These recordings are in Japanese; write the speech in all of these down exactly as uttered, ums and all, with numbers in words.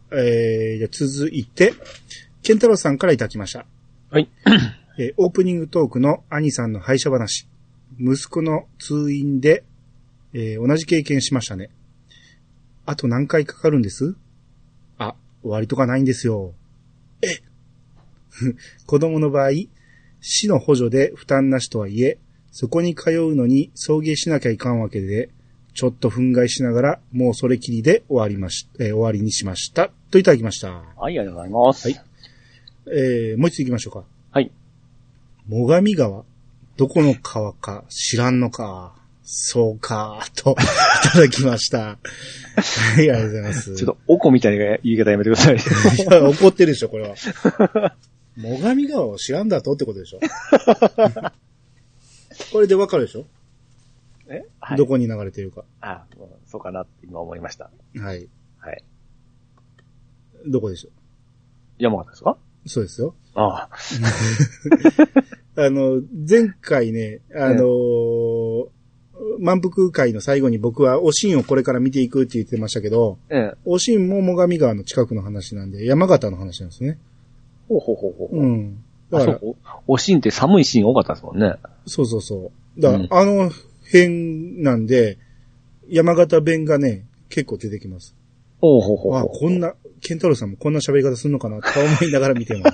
えー、じゃ続いて、ケンタロウさんからいただきました。 はい。 えー、オープニングトークの兄さんの廃車話。息子の通院で、えー、同じ経験しましたね。あと何回かかるんです？あ、終わりとかないんですよ。え子供の場合、市の補助で負担なしとはいえ、そこに通うのに送迎しなきゃいかんわけで、ちょっと憤慨しながら、もうそれきりで終わりまし、えー、終わりにしました。といただきました。 はい、ありがとうございます。 はい。えー、もう一つ行きましょうか。 はい。 最上川。どこの川か知らんのか。そうか、と、いただきました。はい、ありがとうございます。 ちょっと、おこみたいな言い方やめてください。いや、怒ってるでしょ、これは。最上川を知らんだとってことでしょ。これでわかるでしょ。 え、はい、 どこに流れてるか。 あ、そうかなって今思いました。 はい。 はい。 どこでしょう。 山形ですか？そうですよ。 ああ。 あの、前回ね、あのー、ええ満腹会の最後に僕はおしんをこれから見ていくって言ってましたけど、ええ、おしんも最上川の近くの話なんで、山形の話なんですね。 ほうほうほうほう。 うん。 だから、おしんって寒いシーン多かったですもんね。 そうそうそう。だから、うん、あの辺なんで、山形弁がね、結構出てきます。 ほうほうほうほう。 あ、こんな、ケンタロウさんもこんな喋り方するのかなとか思いながら見てます。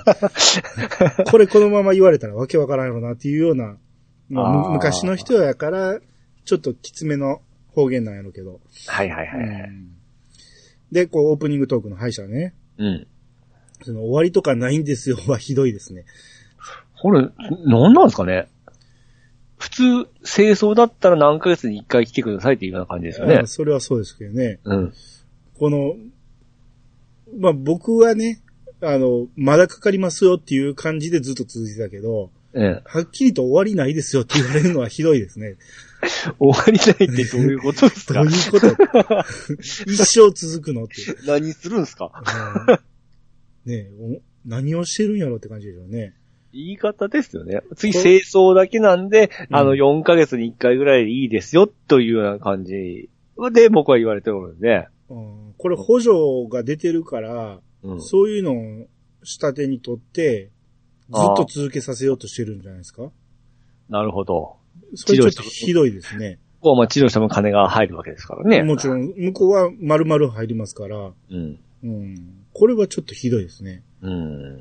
これこのまま言われたらわけわからんやろなっていうような、まあ、昔の人やから、ちょっときつめの方言なんやろうけど。 はいはいはい、 うん。で、こう、オープニングトークの歯医者ね。 うん。 その、終わりとかないんですよはひどいですね。 これ、なんなんですかね。普通、清掃だったら何ヶ月に一回来てくださいっていうような感じですよね。 それはそうですけどね。 うん。 この、まあ、僕はね、あの、まだかかりますよっていう感じでずっと続いてたけど、ええ、はっきりと終わりないですよって言われるのはひどいですね。 終わりないってどういうことですか？ どういうこと一生続くのって。 何するんですか？ ねえお、何をしてるんやろって感じでしょうね。 言い方ですよね。次清掃だけなんで、あのよんかげつにいっかいぐらいでいいですよというような感じで僕は言われておるんで。 うん、これ補助が出てるから、うん、そういうのを下手に取って、ずっと続けさせようとしてるんじゃないですか？ なるほど。 それちょっとひどいですね。 こうまあ治療しても金が入るわけですからね。 もちろん、向こうは丸々入りますから。うん。うん。これはちょっとひどいですね。うん。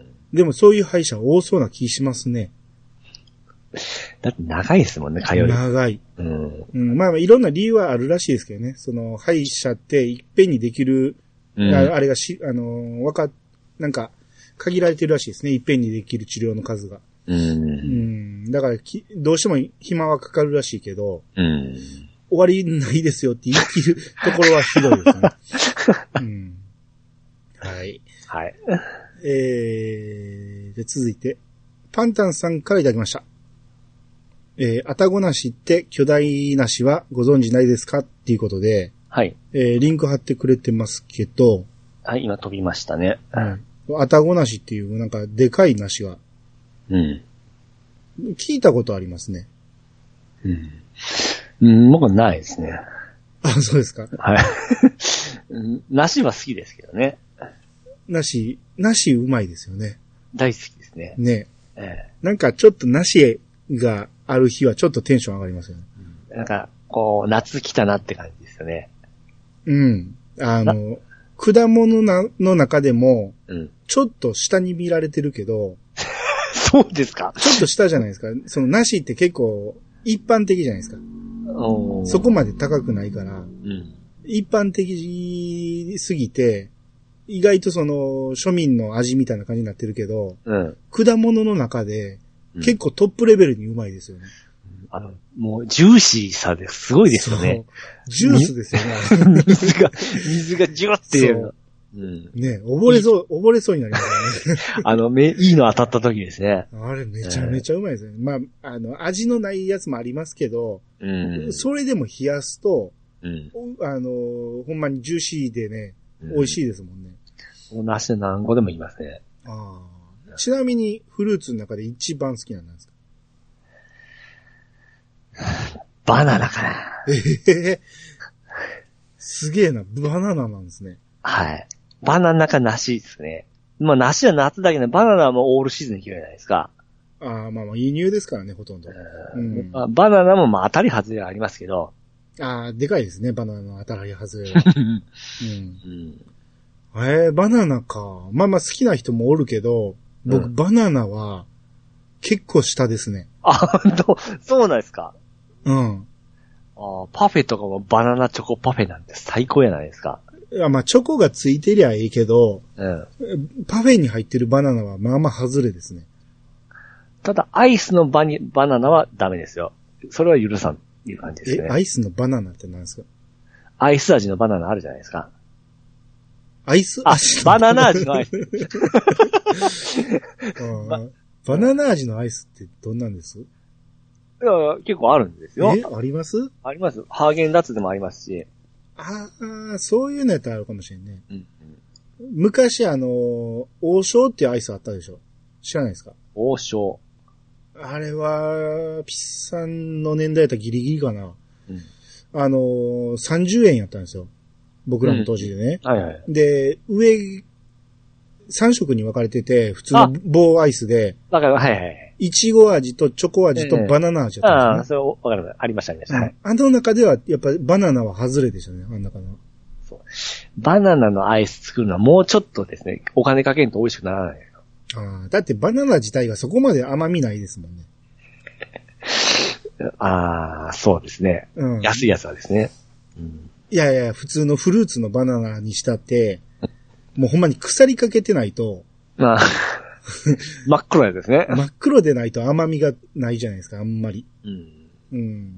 でもそういう歯医者多そうな気しますね。 だって長いですもんね、通い。 長い。うん。うん。まあいろんな理由はあるらしいですけどね。その歯医者っていっぺんにできる、うん、あ, あれがし、あの、わか、なんか、限られてるらしいですね。いっぺんにできる治療の数が。うん。うん。だからき、どうしても暇はかかるらしいけど、うん。終わりないですよって言い切るところはひどいですね。うん。はい。 はい。 えー、で続いて、パンタンさんからいただきました。えー、アタゴナシって巨大なしはご存知ないですかっていうことで、 はい。 えー、リンク貼ってくれてますけど、 はい、今飛びましたね。 はい。アタゴナシっていうなんかでかい梨が、 うん。 聞いたことありますね。 うん。うん、僕はないですね。 あ、そうですか。 はい。梨は好きですけどね。 梨、梨うまいですよね。 大好きですね。 ね。ええ。なんかちょっと梨がある日はちょっとテンション上がりますよね。 うん、なんか、こう、夏来たなって感じですよね。 うん。あの、果物なの中でも、うん、ちょっと下に見られてるけど、 そうですか。 ちょっと下じゃないですか。その梨って結構一般的じゃないですか。そこまで高くないから、うん、一般的すぎて、意外とその庶民の味みたいな感じになってるけど、うん、果物の中で結構トップレベルにうまいですよね。 うん、あの、もうジューシーさですごいですよね。 ジュースですよね。 水が、水がジュワっていう。 うん、ね溺れそう、溺れそうになりますよね。 あの、め、いいの当たった時ですね。 あれめちゃめちゃうまいですね。まあ、あの、味のないやつもありますけど、うん、それでも冷やすと、うん、あの、ほんまにジューシーでね、うん、美味しいですもんね。 梨で何個でもいますね。 ああ。ちなみに、フルーツの中で一番好きなんですか？バナナかな。ええー、 すげえな、バナナなんですね。 はい。 バナナか梨ですね。まあ梨は夏だけど、バナナはもうオールシーズン嫌いじゃないですか。 ああ、まあまあ輸入ですからね、ほとんど。 ううんんまあ、バナナもまあ当たり外れはありますけど。 ああ、でかいですね、バナナの当たり外れは。うん。 うん、 えー、バナナか。まあまあ好きな人もおるけど、僕、うん、バナナは結構下ですね。 あ、本当そうなんですか。 うん。 あパフェとかもバナナチョコパフェなんて最高やないですか。 いや、まあチョコがついてりゃいいけど、 うん、 パフェに入ってるバナナはまあまあ外れですね。 ただ、アイスのバニ、バナナはダメですよ。それは許さんっていう感じですね。 え、アイスのバナナって何ですか？ アイス味のバナナあるじゃないですか。 アイス味あ、バナナ味のアイス。 バナナ味のアイスってどんなんです？いや、結構あるんですよ。 え、あります？ あります。ハーゲンダッツでもありますし。 ああ、そういうのやったらあるかもしれんね。 うんうん、昔あの、王将っていうアイスあったでしょ？知らないですか？ 王将。 あれは、ピッさんの年代やったらギリギリかな。 うん、 あの、さんじゅうえんやったんですよ。僕らの当時でね。 うん、はいはい。 で、上、さん色に分かれてて、普通の棒アイスで、 わかる、はいはい。 いちご味とチョコ味とバナナ味だったんですよ、ね。 ああ、それわかる、ありました、ありました。はい、 あの中では、やっぱりバナナは外れでしたね、あん中の。 そう。バナナのアイス作るのはもうちょっとですね、お金かけんと美味しくならない。 ああ、だってバナナ自体がそこまで甘みないですもんね。 ああ、そうですね。うん。安いやつはですね。 うん、いやいや、普通のフルーツのバナナにしたって、もうほんまに腐りかけてないと。 まあ、真っ黒やですね。 真っ黒でないと甘みがないじゃないですか、あんまり。 うん。 うん。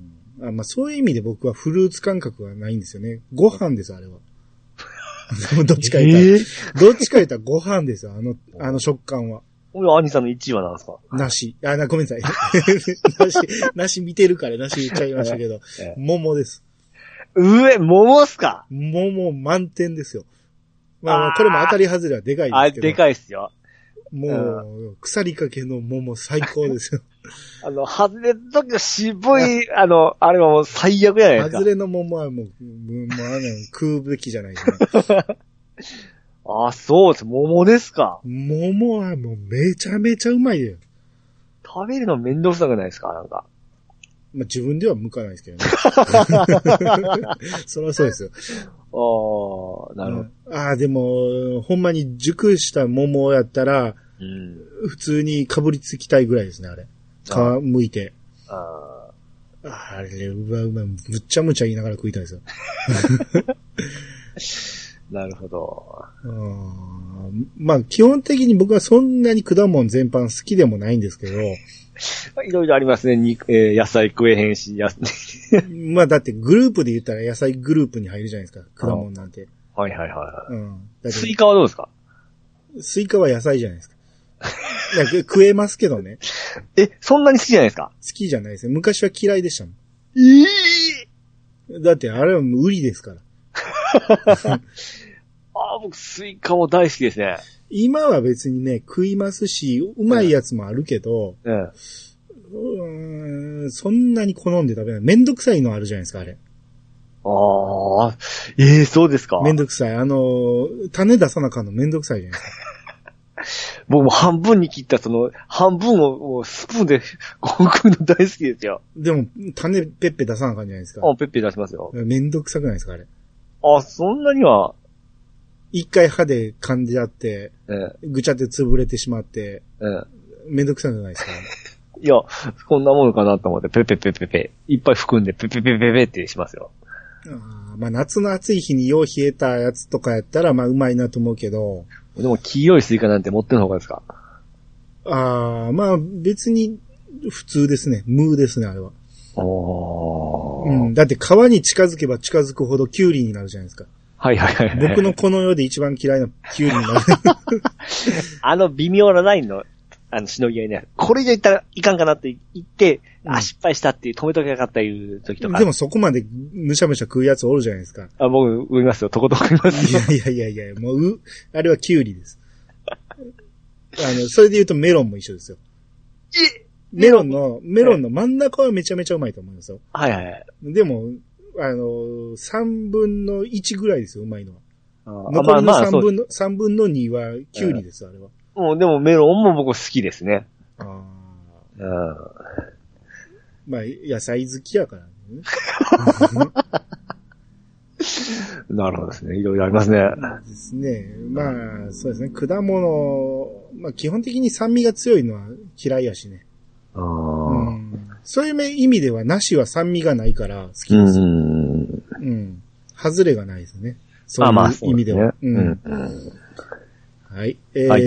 あまあそういう意味で僕はフルーツ感覚がないんですよね。ご飯です、あれは。どっちか言ったら、えー、どっちか言ったらご飯ですよ、あの、あの食感は。 俺、兄さんのいちいは何ですか？ 梨。あ、な、ごめんなさい。梨、梨見てるから梨言っちゃいましたけど、ええ、桃です。 うえ、桃っすか？ 桃満点ですよ。まあ、これも当たり外れはでかいですけど。 あ、でかいっすよ。 もう、腐りかけの桃最高ですよ。 あの、外れの時の渋い、あの、あれはもう最悪じゃないですか。 外れの桃はもう、もう、あの、食うべきじゃないですか。 あ、そうです。桃ですか。 桃はもうめちゃめちゃうまいよ。 食べるのめんどくさくないですかなんか。 まあ、自分では向かないですけどね。そりゃそうですよ。 ああ、なるほど。ああ、でも、ほんまに熟した桃やったら、 うん、 普通にかぶりつきたいぐらいですね、あれ。皮剥いて。 ああれ、うわうまい。むっちゃむちゃ言いながら食いたいですよ。 なるほど。 あまあ、基本的に僕はそんなに果物全般好きでもないんですけど。 いろいろありますね。肉、えー、野菜食えへんし、やまあだってグループで言ったら野菜グループに入るじゃないですか。果物なんて。 はいはいはい。 うん。 スイカはどうですか？ スイカは野菜じゃないですか。いや食えますけどね。 え、そんなに好きじゃないですか？ 好きじゃないですね。昔は嫌いでしたもん。 ええー、だってあれは無理ですから。 ああ、僕スイカも大好きですね。 今は別にね、食いますし、うまいやつもあるけど、 うん。 うーん、そんなに好んで食べない。めんどくさいのあるじゃないですか、あれ。 ああ、ええー、そうですか。 めんどくさい。あの、種出さなあかんのめんどくさいじゃないですか。 僕も半分に切ったその、半分をもうスプーンでごくの大好きですよ。 でも、種ペッペ出さなあかんじゃないですか。 あ、ペッペ出しますよ。 めんどくさくないですか、あれ。 あ、そんなには。 一回歯で噛んじゃって、 ええ、ぐちゃって潰れてしまって、 ええ、 めんどくさくないですか。 いや、こんなものかなと思って、ペペペペペ、いっぱい含んで、ペペペペペってしますよ。 あまあ、夏の暑い日によう冷えたやつとかやったら、まあ、うまいなと思うけど。 でも、黄色いスイカなんて持ってる方がですか？ ああ、まあ、別に、普通ですね。無ですね、あれは。 おー。 うん。だって、皮に近づけば近づくほどキュウリになるじゃないですか。 はいはいはい、はい。 僕のこの世で一番嫌いなキュウリになる。 あの微妙なラインの、あの、しのぎ合いね。これで言ったらいかんかなって言って、うん、あ、失敗したっていう止めとけなかったいう時とか。 でもそこまでむしゃむしゃ食うやつおるじゃないですか。 あ、僕、食いますよ。とことん食いますよ。 いやいやいやいや、もう、う、あれはキュウリです。あの、それで言うとメロンも一緒ですよ。 えメロンの、メロンの真ん中はめちゃめちゃうまいと思いますよ。 はいはいはい。 でも、あの、三分の一ぐらいですよ、うまいのは。 残りのさんぶんの、さんぶんのにはキュウリです、あれは。 もうでもメロンも僕好きですね。 ああ。 うん。 まあ、野菜好きやからね。 なるほどですね。いろいろありますね。 ですね。まあ、そうですね。果物、まあ基本的に酸味が強いのは嫌いやしね。 あうん、そういう意味では、梨は酸味がないから好きです。うん。うん。外れがないですね。そういう意味では。うん。はい。えー、はい、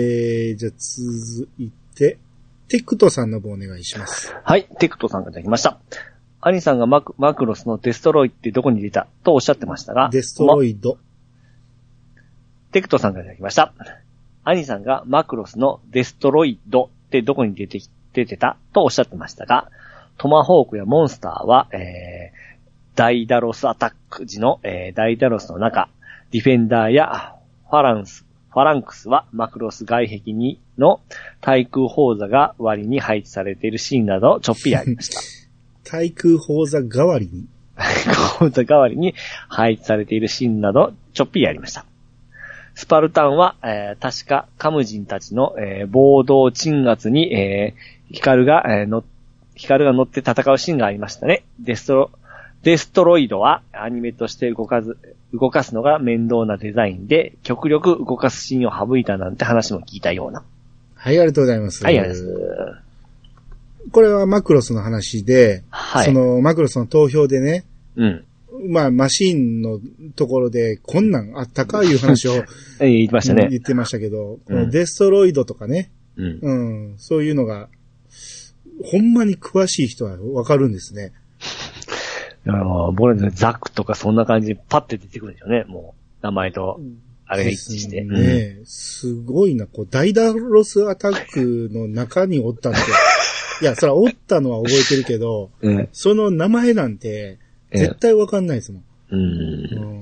じゃあ続いて、テクトさんの方お願いします。 はい。テクトさんがいただきました。アニさんがマク、マクロスのデストロイってどこに出たとおっしゃってましたが。 デストロイド。 テクトさんがいただきました。アニさんがマクロスのデストロイドってどこに出て、出てたとおっしゃってましたが、トマホークやモンスターは、えー、ダイダロスアタック時の、えー、ダイダロスの中、ディフェンダーやファランス、ファランクスはマクロス外壁にの対空砲座が割に配置されているシーンなどちょっぴりありました。 対空砲座代わりに砲座代わりに配置されているシーンなどちょっぴりありました。スパルタンは、えー、確かカム人たちの、えー、暴動鎮圧に、えー、ヒカルが、えー、のヒカルが乗って戦うシーンがありましたね。デストロ、デストロイドはアニメとして動かず、動かすのが面倒なデザインで、極力動かすシーンを省いたなんて話も聞いたような。 はい、ありがとうございます。 はい、ありがとうございます。 これはマクロスの話で、はい、そのマクロスの投票でね、 うん。 まあ、マシンのところで、こんなんあったかいう話を言ってましたね。 言ってましたけど、このデストロイドとかね、 うん、 うん、そういうのが、ほんまに詳しい人はわかるんですね。 あの、僕らザクとかそんな感じでパッて出てくるんでしょうね、もう。名前と、あれが一致して。 ね、うん、すごいな、こう、ダイダロスアタックの中におったんで、いや、そらおったのは覚えてるけど、 うん、 その名前なんて、絶対わかんないですもん。 うん。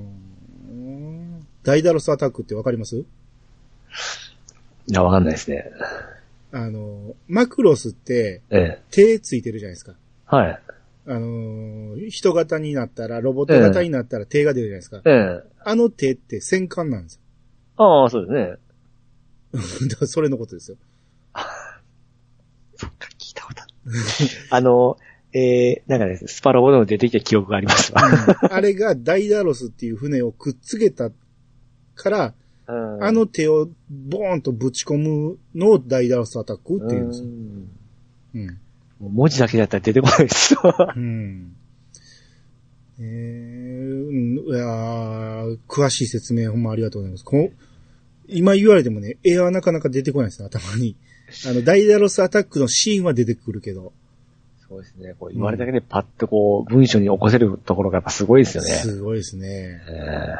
うん、ダイダロスアタックってわかります？いや、わかんないですね。 あの、マクロスって、 ええ、 手ついてるじゃないですか。 はい。 あの、人型になったら、ロボット型になったら手が出るじゃないですか。 ええ、 あの手って戦艦なんですよ。 ああ、そうですね。だからそれのことですよ。 そっか、聞いたことある。あの、えー、なんかですね、スパロボでも出てきた記憶がありますわ、 うん。あれがダイダロスっていう船をくっつけたから、うん、あの手をボーンとぶち込むのをダイダロスアタックっていうんですよ。うん。 もう文字だけだったら出てこないですよ。 うん。えー、いやー、詳しい説明ほんまありがとうございます。こ今言われてもね、絵はなかなか出てこないですね、頭に。あの、ダイダロスアタックのシーンは出てくるけど。 そうですね。こう言われただけでパッとこう、文章に起こせるところがやっぱすごいですよね。 すごいですね。 え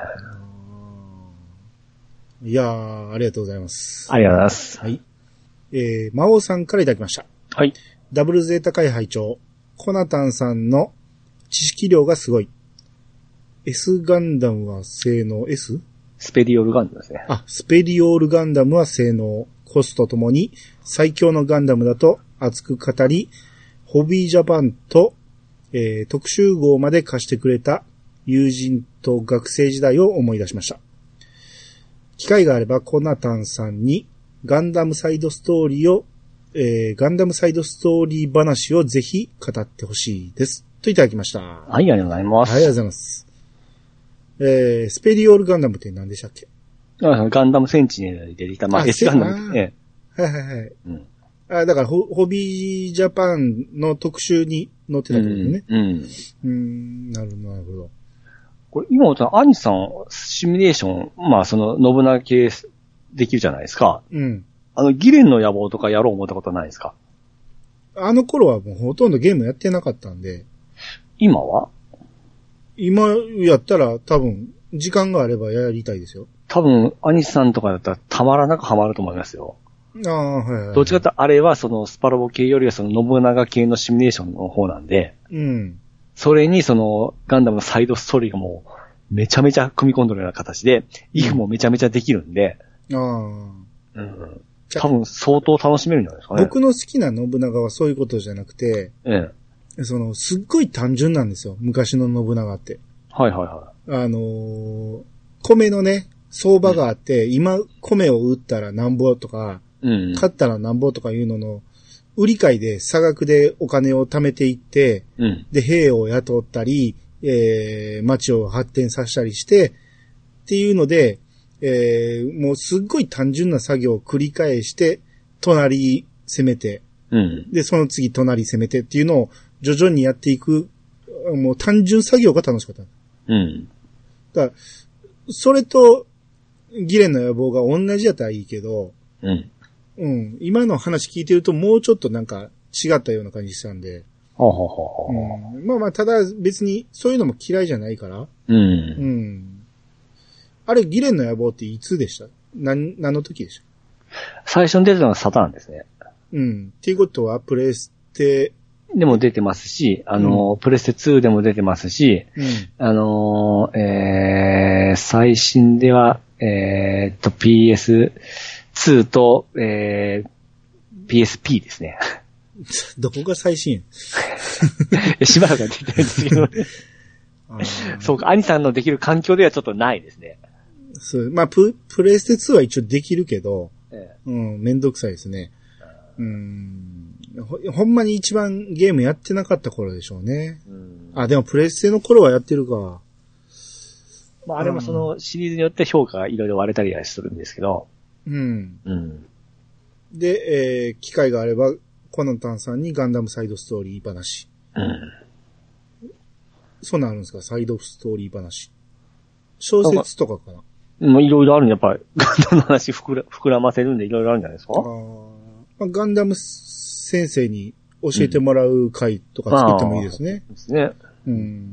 ー、いやー、ありがとうございます。 ありがとうございます。 はい。えー、魔王さんからいただきました。 はい。 ダブルゼータ会拝長、コナタンさんの知識量がすごい。S ガンダムは性能 S？ スペリオールガンダムですね。 あ、スペリオールガンダムは性能、コストともに最強のガンダムだと熱く語り、ホビージャパンと、えー、特集号まで貸してくれた友人と学生時代を思い出しました。機会があればコナタンさんにガンダムサイドストーリーを、えー、ガンダムサイドストーリー話をぜひ語ってほしいです。といただきました。 はい、ありがとうございます。 はい、ありがとうございます。えー、スペリオールガンダムって何でしたっけ？ あ、ガンダムセンチネルに出てきた、まあ、S ガンダムですね。 はいはいはい。うん。あ、だからホ、ホビージャパンの特集に載ってたってことね。 うん。うん。 うーん、なるほど、なるほど。 これ、今思ったら、アニさん、シミュレーション、まあ、その、信長系できるじゃないですか。 うん。 あの、ギレンの野望とかやろう思ったことないですか？ あの頃はもうほとんどゲームやってなかったんで。 今は？今やったら多分、時間があればやりたいですよ。 多分、アニさんとかだったらたまらなくハマると思いますよ。 ああ、はいはい、はい。 どっちかというと、あれはそのスパロボ系よりはその信長系のシミュレーションの方なんで、 うん。 それにそのガンダムのサイドストーリーがもうめちゃめちゃ組み込んでるような形で、イフもめちゃめちゃできるんで、 ああ。 うん。多分相当楽しめるんじゃないですかね。 僕の好きな信長はそういうことじゃなくて、 ええ、その、すっごい単純なんですよ。昔の信長って。 はいはいはい。 あのー、米のね、 相場があって、うん、今米を売ったらなんぼとか、 うん、 買ったらなんぼとかいうのの、売り買いで差額でお金を貯めていって、 うん、 で、兵を雇ったり、えー、町を発展させたりして、っていうので、えー、もうすっごい単純な作業を繰り返して、隣攻めて、 うん、 で、その次隣攻めてっていうのを徐々にやっていく、もう単純作業が楽しかった。 うん。 だから、それと、ギレンの野望が同じやったらいいけど、 うん。 うん。今の話聞いてるともうちょっとなんか違ったような感じしたんで。 ほうほうほうほう。うん。まあまあ、ただ別にそういうのも嫌いじゃないから。 うん。うん。あれ、ギレンの野望っていつでした？何、何の時でした？ 最初に出てたのがサターンですね。 うん。っていうことは、プレステ、 でも出てますし、あの、うん、プレステツーでも出てますし、 うん、 あの、えー、最新では、えー、っと、ピーエスツー と、えー、ピーエスピー ですね。 どこが最新しばらくは出てるんですけど、ね、そうか、兄さんのできる環境ではちょっとないですね。 そう、まあ、プ、プレステツーは一応できるけど、 ええ、 うん、めんどくさいですね。うん、ほ、ほんまに一番ゲームやってなかった頃でしょうね。 うん、 あ、でもプレステの頃はやってるか。 まあ、あれもそのシリーズによって評価がいろいろ割れたりはするんですけど。 うん。 うん。 で、えー、機会があれば、コナタンさんにガンダムサイドストーリー話。 うん。 そうなるんですか、サイドストーリー話。小説とかかな。 もういろいろあるんで、やっぱり、ガンダムの話膨ら、膨らませるんでいろいろあるんじゃないですか。あ、 まあ、ガンダム先生に教えてもらう回とか作ってもいいですね。 うん、ですね。 うん。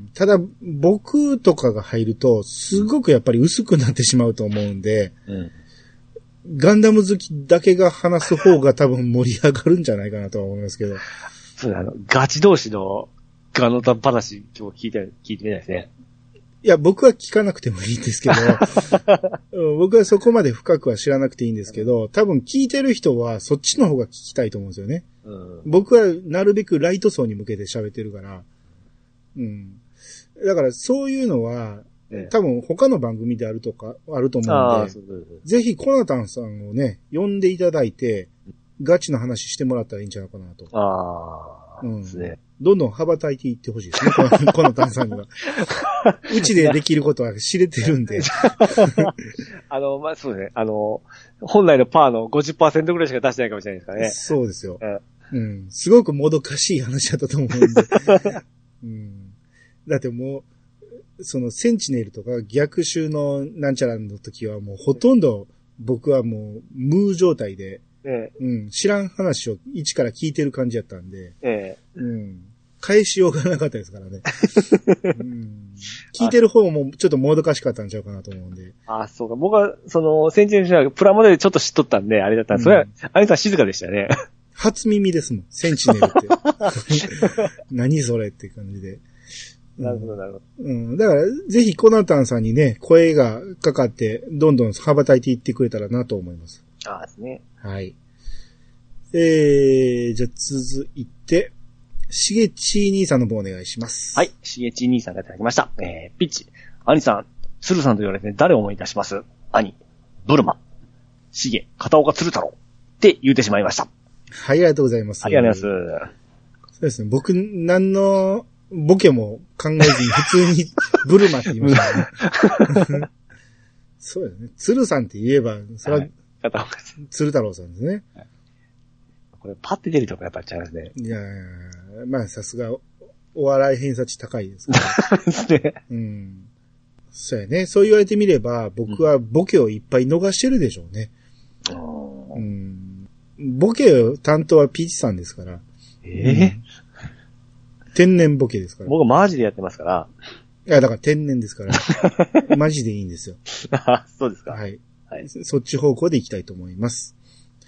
ただ、僕とかが入ると、すごくやっぱり薄くなってしまうと思うんで、 うん、 ガンダム好きだけが話す方が多分盛り上がるんじゃないかなとは思いますけど。 そうあの、ガチ同士のガノタン話、今日聞いて、聞いてみたいですね。 いや、僕は聞かなくてもいいんですけど、僕はそこまで深くは知らなくていいんですけど、多分聞いてる人はそっちの方が聞きたいと思うんですよね。 うん、 僕はなるべくライト層に向けて喋ってるから、うん。だからそういうのは、ええ、多分他の番組であるとか、あると思うんで、ぜひコナタンさんをね、呼んでいただいて、ガチの話してもらったらいいんじゃないかなと。 ああ、 うん。 ですね。 どんどん羽ばたいていってほしいですね、コナタンさんには。うちでできることは知れてるんで。 あの、まあ、そうですね。あの、本来のパーの ごじゅっパーセント ぐらいしか出してないかもしれないですからね。 そうですよ。 うん。 うん、すごくもどかしい話だったと思うんで。うん、だってもう、そのセンチネルとか逆襲のなんちゃらの時はもうほとんど僕はもう無状態で、 ええ、 うん、知らん話を一から聞いてる感じやったんで、 ええ、 うん、返しようがなかったですからね。うん、聞いてる方もちょっともどかしかったんちゃうかなと思うんで。 ああ、そうか。僕は、その、センチネルはプラモデルちょっと知っとったんで、あれだったんです。それは、あれさん静かでしたね。 初耳ですもん、センチネルって。何それって感じで。 なるほど、なるほど。 うん。だから、ぜひコナタンさんにね、声がかかって、どんどん羽ばたいていってくれたらなと思います。 ああですね。 はい。えー、じゃあ続いて、しげち兄さんの方お願いします。 はい。しげち兄さんがいただきました。えー、ピッチ。兄さん、鶴さんと言われて誰を思い出します？兄、ブルマ、しげ、片岡鶴太郎って言うてしまいました。 はい、ありがとうございます。 ありがとうございます。 そうですね。僕、何のボケも考えずに普通にブルマって言いましたね。そうですね。鶴さんって言えば、それは、 片岡鶴太郎さんですね。 はい、これパッて出るとかやっぱちゃいますね。 いやー、まあさすがお笑い偏差値高いですから。 ですね。 うん。そうやね。そう言われてみれば、僕はボケをいっぱい逃してるでしょうね。うん、ボケ担当はピーチさんですから。 えーうん、天然ボケですから。 僕マジでやってますから。 いや、だから天然ですから。マジでいいんですよ。 そうですか。 はい。 はい、 そっち方向で行きたいと思います。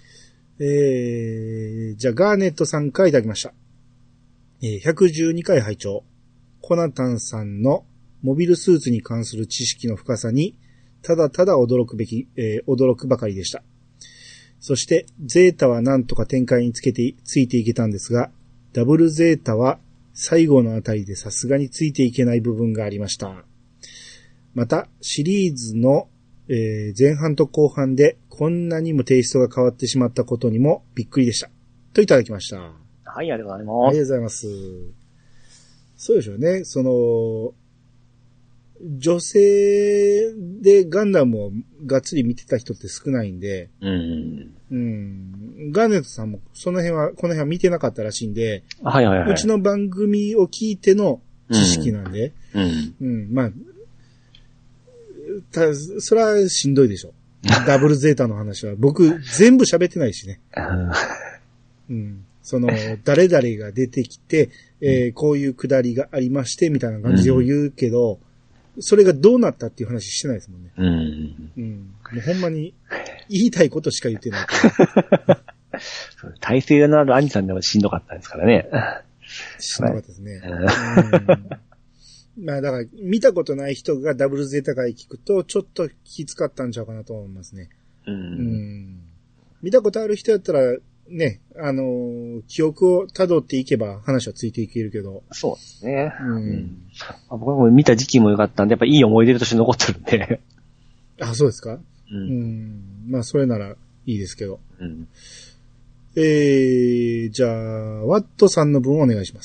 えー、じゃあガーネットさんからいただきました。えー、ひゃくじゅうにかい拝聴。コナタンさんのモビルスーツに関する知識の深さに、ただただ驚くべき、えー、驚くばかりでした。そして、ゼータはなんとか展開につけて、ついていけたんですが、ダブルゼータは最後のあたりでさすがについていけない部分がありました。また、シリーズのえー、前半と後半でこんなにもテイストが変わってしまったことにもびっくりでした。といただきました。 はい、ありがとうございます。 ありがとうございます。そうでしょうね。その、女性でガンダムをがっつり見てた人って少ないんで、 うん。 うん。ガーネットさんもその辺は、この辺は見てなかったらしいんで、 はいはいはい。 うちの番組を聞いての知識なんで、 うん。 うん、うん、まあ、た、それはしんどいでしょ。ダブルゼータの話は。僕、全部喋ってないしね。うん。その、誰々が出てきて、えー、こういうくだりがありまして、みたいな感じを言うけど、うん、それがどうなったっていう話してないですもんね。 うん。 うん。もうほんまに、言いたいことしか言ってない。 体勢のある兄さんでもしんどかったですからね。 しんどかったですね。うん、まあだから、見たことない人がダブルゼータ回聞くと、ちょっときつかったんちゃうかなと思いますね。 うん。うん、 見たことある人やったら、ね、あのー、記憶を辿っていけば話はついていけるけど。 そうですね。 うん。うん、 僕も見た時期も良かったんで、やっぱいい思い出として残ってるんで。 あ、そうですか？ うん。 うん。まあ、それならいいですけど。 うん。 えー、じゃあ、ワットさんの分お願いします。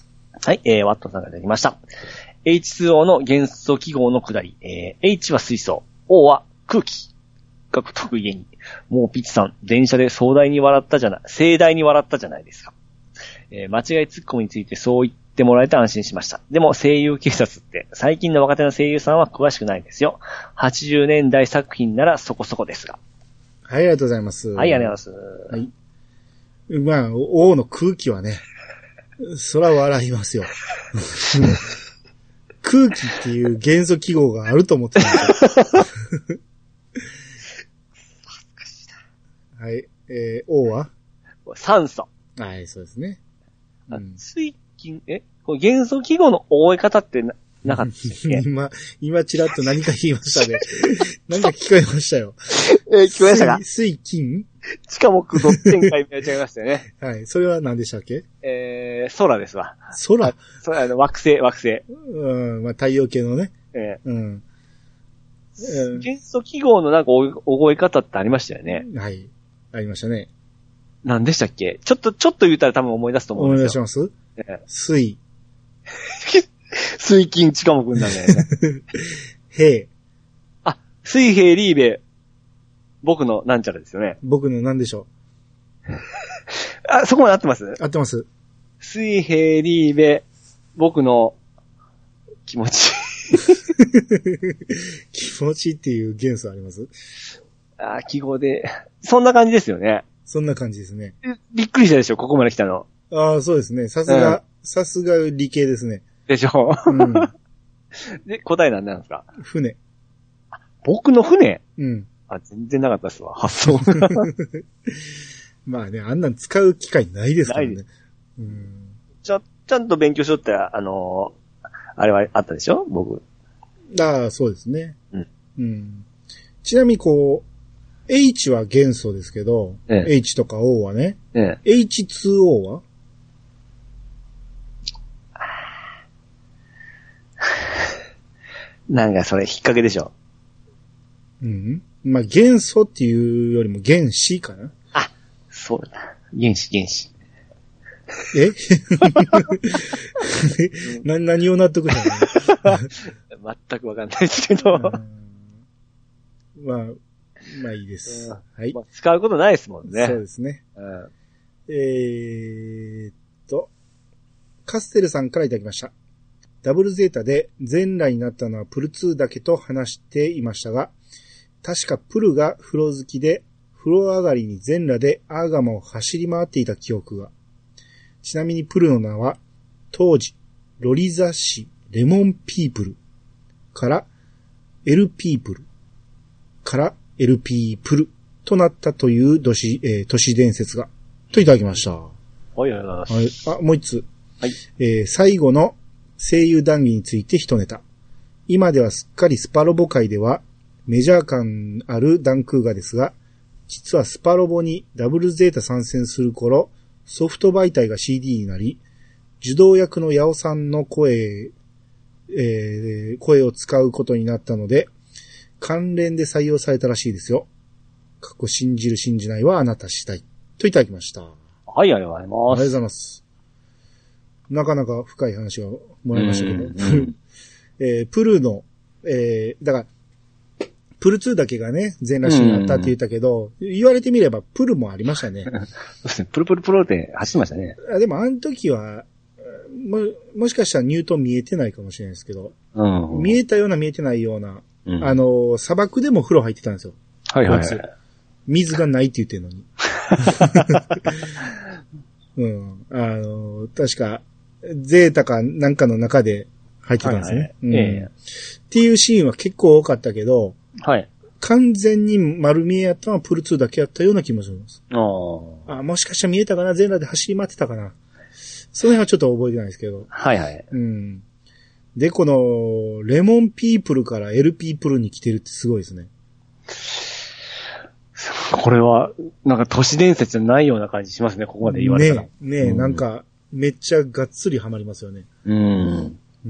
はい、えー、ワットさんがいただきました。エイチツーオー の元素記号の下り、えー、H は水素、O は空気。が得意げに。もうピッチさん、電車で壮大に笑ったじゃない、盛大に笑ったじゃないですか。えー、間違いツッコミについてそう言ってもらえて安心しました。でも声優警察って最近の若手の声優さんは詳しくないんですよ。はちじゅうねんだい作品ならそこそこですが。 はい、ありがとうございます。 はい、ありがとうございます。はい。 まあ、王の空気はね、そら笑いますよ。空気っていう元素記号があると思ってたんですよ。はい。えー、王は酸素。 はい、そうですね。 うん、水金、えこれ元素記号の覚え方ってな、なかったっけ今、今ちらっと何か言いましたね。何か聞こえましたよ。 えー、聞こえましたか？ 水金地下木土展開見違いましたよね。 はい。それは何でしたっけ？ えー、空ですわ。 空？ 空、あの、惑星、惑星。 うん、まあ、太陽系のね。 えー、 うん。 元素記号のなんか覚え方ってありましたよね。 はい。ありましたね。 何でしたっけ？ちょっと、ちょっと言ったら多分思い出すと思うんですよ。 思い出します？ えー、 水。 水金地下木なんだよね。 平。 あ、水平リーベ、僕のなんちゃらですよね。 僕の何でしょう。 あ、そこまで合ってます？ 合ってます。 水平リーベ、僕の気持ち。 気持ちっていう元素あります？ あ、記号で。そんな感じですよね。 そんな感じですね。 びっくりしたでしょ、ここまで来たの。 ああ、そうですね。さすが、さすが理系ですね。 でしょ。うん、で、答えなんなんですか？ 船。 僕の船？ うん。 あ、全然なかったっすわ、発想。 まあね、あんなん使う機会ないですからね。うん。 ちゃ、ちゃんと勉強しとって、あのー、あれはあったでしょ僕。 ああ、そうですね。 うん。 うん。ちなみにこう、H は元素ですけど、ええ、H とか O はね、ええ、エイチツーオー はなんかそれ引っ掛けでしょ。 うん。まあ、元素っていうよりも原子かな。 あ、そうだ。原子、原子。 えな、何を納得したの全くわかんないですけど。まあ、 まあいいです。はい、 まあ。使うことないですもんね。 そうですね。 うん、 えーっと、カステルさんからいただきました。ダブルゼータで全裸になったのはプルツーだけと話していましたが、確かプルが風呂好きで、風呂上がりに全裸でアーガマを走り回っていた記憶が。ちなみにプルの名は、当時、ロリ雑誌レモンピープルからエルピープルからエルピープルとなったという都市、えー、都市伝説が、といただきました。 はい、はい、はい。 あ、もう一つ。 はい。 えー、最後の声優談義について一ネタ。今ではすっかりスパロボ界ではメジャー感あるダンクーガですが、実はスパロボにダブルゼータ参戦する頃、ソフト媒体が シーディー になり、受動役のヤオさんの声、えー、声を使うことになったので、 関連で採用されたらしいですよ。過去信じる信じないはあなた次第。といただきました。 はい、ありがとうございます。 ありがとうございます。なかなか深い話をもらいましたけど。うんうんえー、プルの、えー、だから、プルツーだけがね、全裸になったって言ったけど、うんうん、言われてみればプルもありましたね。そうですね。プルプルプルって走ってましたね。 あでもあの時は、も、もしかしたらニュートン見えてないかもしれないですけど、うんうん、見えたような見えてないような、うん、あの、砂漠でも風呂入ってたんですよ。 はいはい、はい。 水がないって言ってるのに。うん。あの、確か、ゼータかなんかの中で入ってたんですね。はいはいうんえー、っていうシーンは結構多かったけど、はい。完全に丸見えやったのはプルツーだけやったような気もします。ああ。もしかしたら見えたかな全裸で走り回ってたかなその辺はちょっと覚えてないですけど。 はいはい。 うん。で、この、レモンピープルからエルピープルに来てるってすごいですね。 これは、なんか都市伝説じゃないような感じしますね、ここまで言われたら。 ねえ、ねえ、うん、なんか、めっちゃがっつりハマりますよね。うん。うん。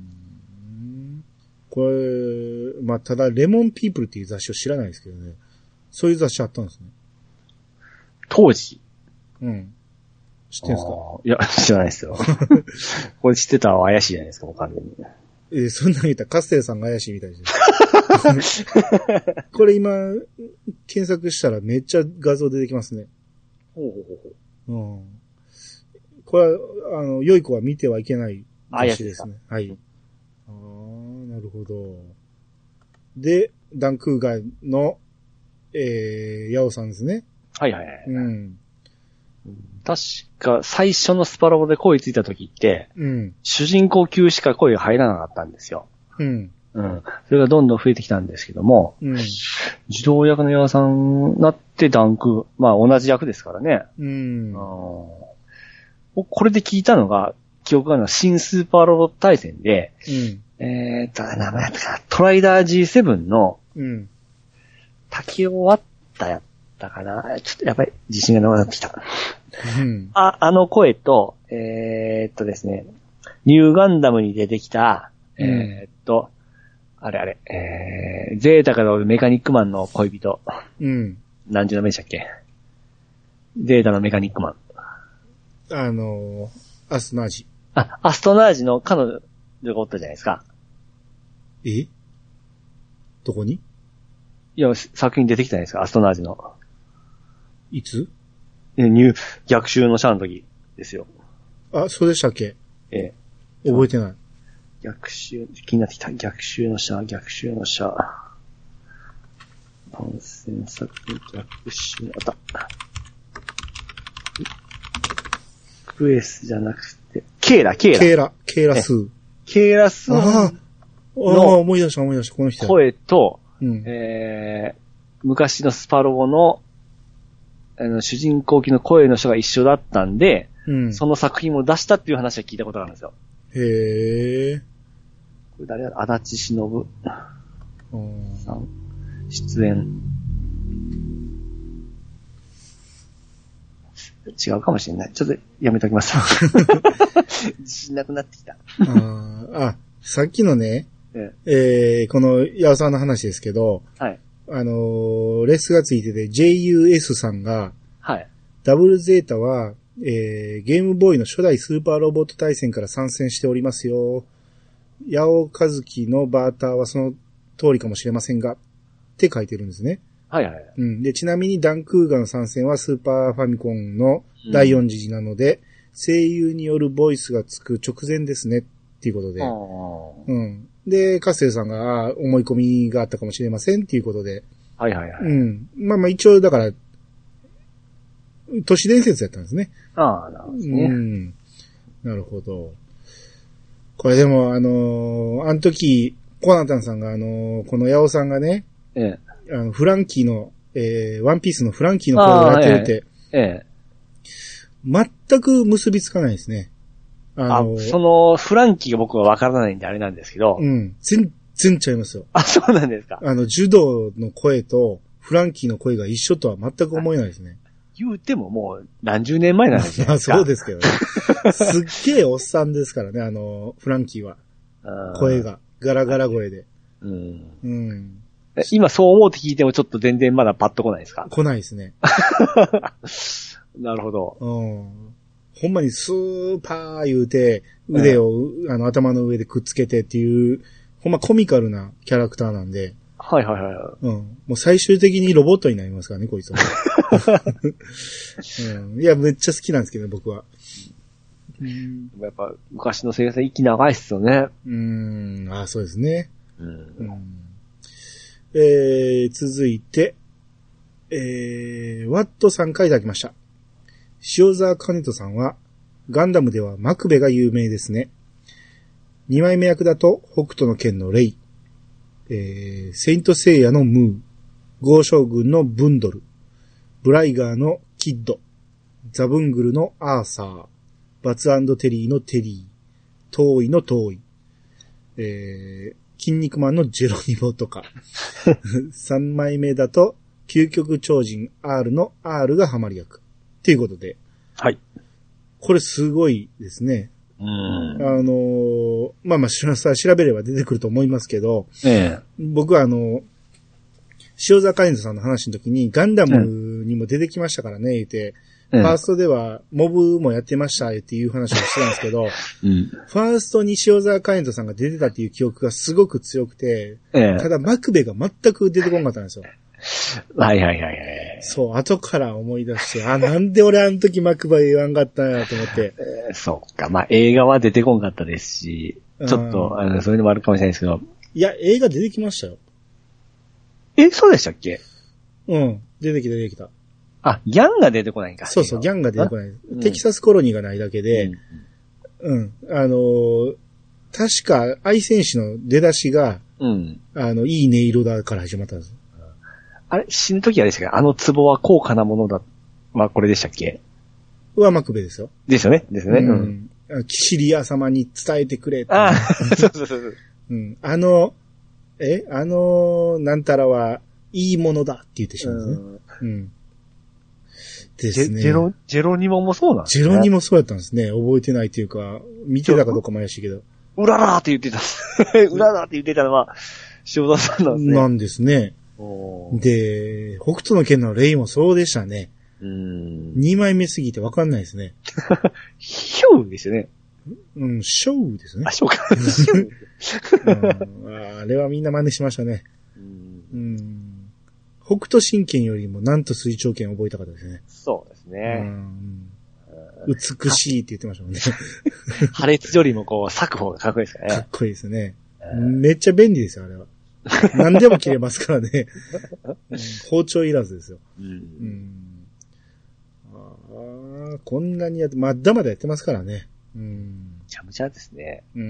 これ、まあ、ただ、レモンピープルっていう雑誌を知らないですけどね。そういう雑誌あったんですね。 当時うん。知ってんすか？ いや、知らないですよ。これ知ってたら怪しいじゃないですか、もう完全に。 えー、そんな言ったらカステルさんが怪しいみたいです。これ今、検索したらめっちゃ画像出てきますね。ほうほうほうほう。うん。これは、あの、良い子は見てはいけない雑誌ですね。はい。ああ、なるほど。で、ダンクーガーの、えー、ヤオさんですね。 はいはいはい。 うん。 確か、最初のスパロボで声ついた時って、 うん。 主人公級しか声が入らなかったんですよ。 うん。 うん。それがどんどん増えてきたんですけども、 うん。 自動役のヤオさんになってダンク、まあ同じ役ですからね。 うん。 これで聞いたのが、記憶があるのは新スーパーロボット対戦で、 うん、 えーっと、名前やったかな、トライダー ジーセブン の、 うん。 滝終わったやったかな。ちょっとやっぱり自信がなくなってきた。 うん、 あ、あの声と、えーっとですね、ニューガンダムに出てきた、 うん、 えーっと、あれあれ、えー、ゼータからおるメカニックマンの恋人。 うん。 何時の名でしたっけ？ゼータのメカニックマン。 あのー、アストナージ。 あ、アストナージの彼女がおったじゃないですか。 え？どこに？ いや、作品出てきたじゃないですか、アストナージの。 いつ？ ニュー、逆襲のシャアの時ですよ。 あ、そうでしたっけ？ ええ。覚えてない。 逆襲、気になってきた。逆襲のシャア、逆襲のシャア。番宣作品、逆襲、あった。クエスじゃなくて、ケーラ、ケーラ。 ケーラ、ケーラス。 ケーラスの、 ああ、思い出した、思い出した、この人。 声と、 うん、 えー、昔のスパロボの、あの、主人公機の声の人が一緒だったんで、 うん、 その作品も出したっていう話は聞いたことがあるんですよ。 へー。 これ誰だ？足立忍さん。出演。違うかもしれない。ちょっとやめときます。自信なくなってきた。 あ, あ、さっきのね、えええー、このヤオさんの話ですけど、 はい。 あのー、レスがついてて ジェイユーエス さんが、 はい。 ダブルゼータは、えー、ゲームボーイの初代スーパーロボット対戦から参戦しておりますよ。ヤオカズキのバーターはその通りかもしれませんが、って書いてるんですね。 はいはい。 うん。で、ちなみにダンクーガの参戦はスーパーファミコンのだいよん次時なので、うん、声優によるボイスがつく直前ですね、っていうことで。うん。で、カステルさんが思い込みがあったかもしれませんっていうことで。 はいはいはい。 うん。まあまあ一応だから、都市伝説やったんですね。 ああ、なるほどね。うん。 なるほど。これでも、あのー、あの時、コナタンさんが、あのー、このヤオさんがね、 ええ、 あの、フランキーの、えー、ワンピースのフランキーの声をやってるって、 ええええ、 全く結びつかないですね。 あのー、あ、その、フランキーが僕はわからないんであれなんですけど。 うん。全然ちゃいますよ。 あ、そうなんですか。 あの、ジュドーの声と、フランキーの声が一緒とは全く思えないですね。 言うてももう何十年前なんですよ。まあそうですけどね。すっげえおっさんですからね、あの、フランキーは。声が。ガラガラ声で。 うん。 うん。 今そう思うって聞いてもちょっと全然まだパッと来ないですか？ 来ないですね。 なるほど。 うん。ほんまにスーパー言うて、腕を、うん、あの頭の上でくっつけてっていう、ほんまコミカルなキャラクターなんで。 はいはいはい。 うん。もう最終的にロボットになりますからね、こいつは。うん、いや、めっちゃ好きなんですけど、僕は。 うん、やっぱ昔の声優さん息長いっすよね。 うーん、ああ、そうですね。 うん、 うんえー、続いて、えー、ワットさんからいただきました。塩沢兼人さんは、ガンダムではマクベが有名ですね。二枚目役だと、北斗の剣のレイ、えー、セイントセイヤのムー、ゴー将軍のブンドル、ブライガーのキッド、ザブングルのアーサー、バツ&テリーのテリー、トーイのトーイ、えー、筋肉マンのジェロニモとか、三枚目だと、究極超人 R の R がハマり役。っていうことで。 はい。 これすごいですね。 うん。 あのー、まあまあ、調べれば出てくると思いますけど、 ええ、 僕はあの、塩沢カインドさんの話の時にガンダムにも出てきましたからね、言って、うん、ファーストではモブもやってましたっていう話をしてたんですけど、うん、ファーストに塩沢カインドさんが出てたっていう記憶がすごく強くて、ええ、ただマクベが全く出てこなかったんですよ。 はいはいはいはい。 そう、後から思い出して、あ、なんで俺あの時マクベ言わんかったんやと思って。 えー、そうか、まあ映画は出てこんかったですし、ちょっと、あの、そういうのもあるかもしれないですけど。 いや、映画出てきましたよ。 え、そうでしたっけ？ うん、出てきた出てきた。 あ、ギャンが出てこないんか。 そうそう、ギャンが出てこない。うん、テキサスコロニーがないだけで、うん、うん、あのー、確か愛戦士の出だしが、うん、あの、いい音色だから始まったんです。 あれ、死ぬ時はでしたっけ？あの壺は高価なものだ。まあ、これでしたっけ？ はマクベですよ。 ですよね。ですよね。うん。 うん、キシリア様に伝えてくれって。 ああ、そうそうそう。 うん。あの、えあの、なんたらは、いいものだって言ってしまうんですね。うん。うんですね。 ジェロ、ジェロニモもそうなんですね。 ジェロニモそうやったんですね。覚えてないっていうか、見てたかどうかも怪しいけど。 うららーって言ってた。うららーって言ってたのは、塩田さんなんですね。 なんですね。で、北斗の剣のレイもそうでしたね。うん。二枚目すぎてわかんないですね。 ヒョウですよね。 うん、ショウですね。 あ、ショウか。 うん、あれはみんな真似しましたね。うん。うん北斗神拳よりもなんと水長剣覚えたかったですね。 そうですね。うん、 美しいって言ってましたもんね。 破裂よりもこう、裂く方がかっこいいですからね。 かっこいいですね。めっちゃ便利ですよ、あれは。何でも切れますからね。うん、包丁いらずですよ。うんうん、あこんなにやって、まだまだやってますからね。うん、 めちゃめちゃですね。うん、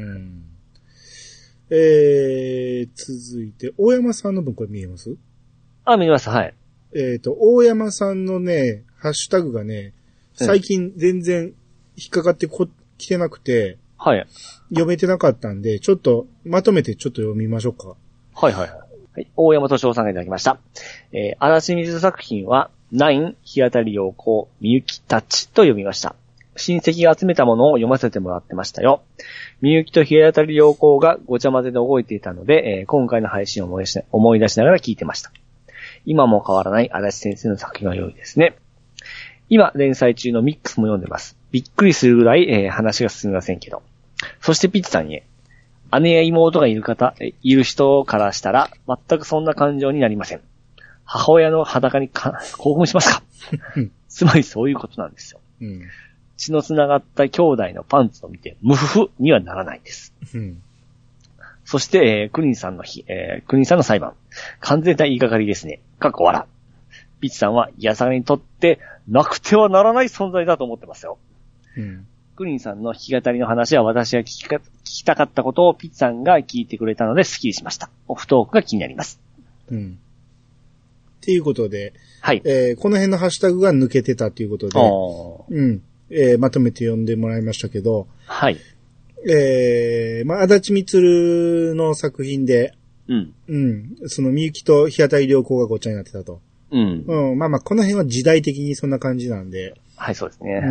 えー、続いて、大山さんの分これ見えます？ あ、見ます、はい。 えっと、大山さんのね、ハッシュタグがね、最近全然引っかかってこ、来てなくて、 はい。 読めてなかったんで、ちょっと、まとめてちょっと読みましょうか。 はいはいはい。はい、大山敏夫さんがいただきました。えー、嵐水作品は、ナイン、日当たり陽光、みゆきたちと読みました。親戚が集めたものを読ませてもらってましたよ。みゆきと日当たり陽光がごちゃ混ぜで動いていたので、えー、今回の配信を思い出し、思い出しながら聞いてました。今も変わらない足立先生の作品が良いですね。今連載中のミックスも読んでます。びっくりするぐらい、えー、話が進みませんけど。そしてピッチさんへ。姉や妹がいる方、いる人からしたら全くそんな感情になりません。母親の裸にか興奮しますかつまりそういうことなんですよ。うん、血の繋がった兄弟のパンツを見てムフフにはならないんです。うんそして、えー、クリンさんの日、えー、クリンさんの裁判。完全な言いがかりですね。かっこ笑。ピッチさんは、イヤサガにとって、なくてはならない存在だと思ってますよ。うん、クリンさんの弾き語りの話は私が聞きか、聞きたかったことをピッチさんが聞いてくれたので、スッキリしました。オフトークが気になります。 うん。っていうことで、 はい。 えー、この辺のハッシュタグが抜けてたということで、うん。えー、まとめて読んでもらいましたけど、 はい。 えー、まあ、足立みつるの作品で、うん。うん。そのみゆきと日当たり良好がごっちゃになってたと。うん。うん。まあまあ、この辺は時代的にそんな感じなんで。 はい、そうですね。 うん。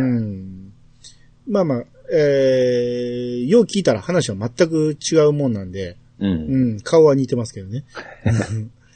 まあまあ、えー、よう聞いたら話は全く違うもんなんで、うん。うん。顔は似てますけどね。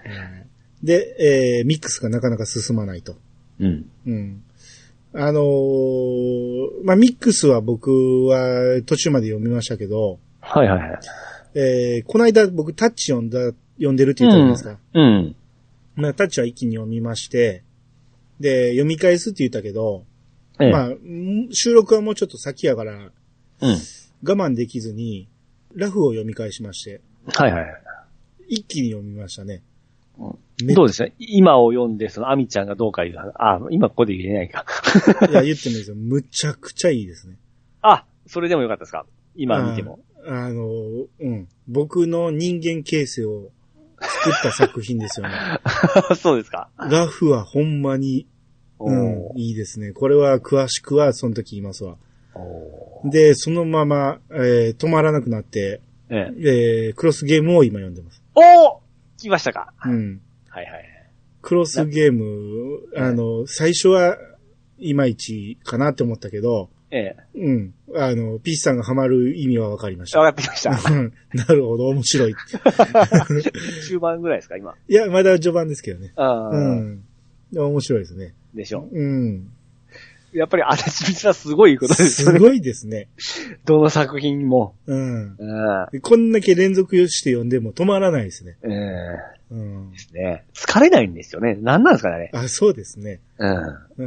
で、えー、ミックスがなかなか進まないと。 うん。 うん。あのー、まあ、ミックスは僕は途中まで読みましたけど、 はいはいはい。 えー、この間僕タッチ読んだ、読んでるって言ったじゃないですか。 うん。うん、 まあ、タッチは一気に読みまして、で、読み返すって言ったけど、ええ、まあ、収録はもうちょっと先やから、うん、我慢できずに、ラフを読み返しまして。 はいはい。 一気に読みましたね。 うん、どうですか今を読んで、そのアミちゃんがどうか言う。あ、今ここで言えないか。 いや、言ってもいいですよ。むちゃくちゃいいですね。 あ、それでもよかったですか今見ても。 あ, あの、うん。僕の人間形成を作った作品ですよね。 そうですか。 ラフはほんまに、うん、いいですね。これは詳しくはその時言いますわ。で、そのまま、えー、止まらなくなって、えええー、クロスゲームを今読んでます。 おー来ましたか。 うん。 はいはい。 クロスゲーム、あの、最初はいまいちかなって思ったけど、ええ。うん。あの、ピースさんがハマる意味は分かりました。 分かってきました。 なるほど、面白い。 中盤ぐらいですか、今。 いや、まだ序盤ですけどね。 あうん。面白いですね。 でしょ。 うん。 やっぱりあらちみちはすごいことですよね。すごいですね。 どの作品も。 うん。うん、こんだけ連続して読んでも止まらないですね。 ええー。うん。ですね。疲れないんですよね。なんなんですかね。 あ、そうですね。 うん。 うん。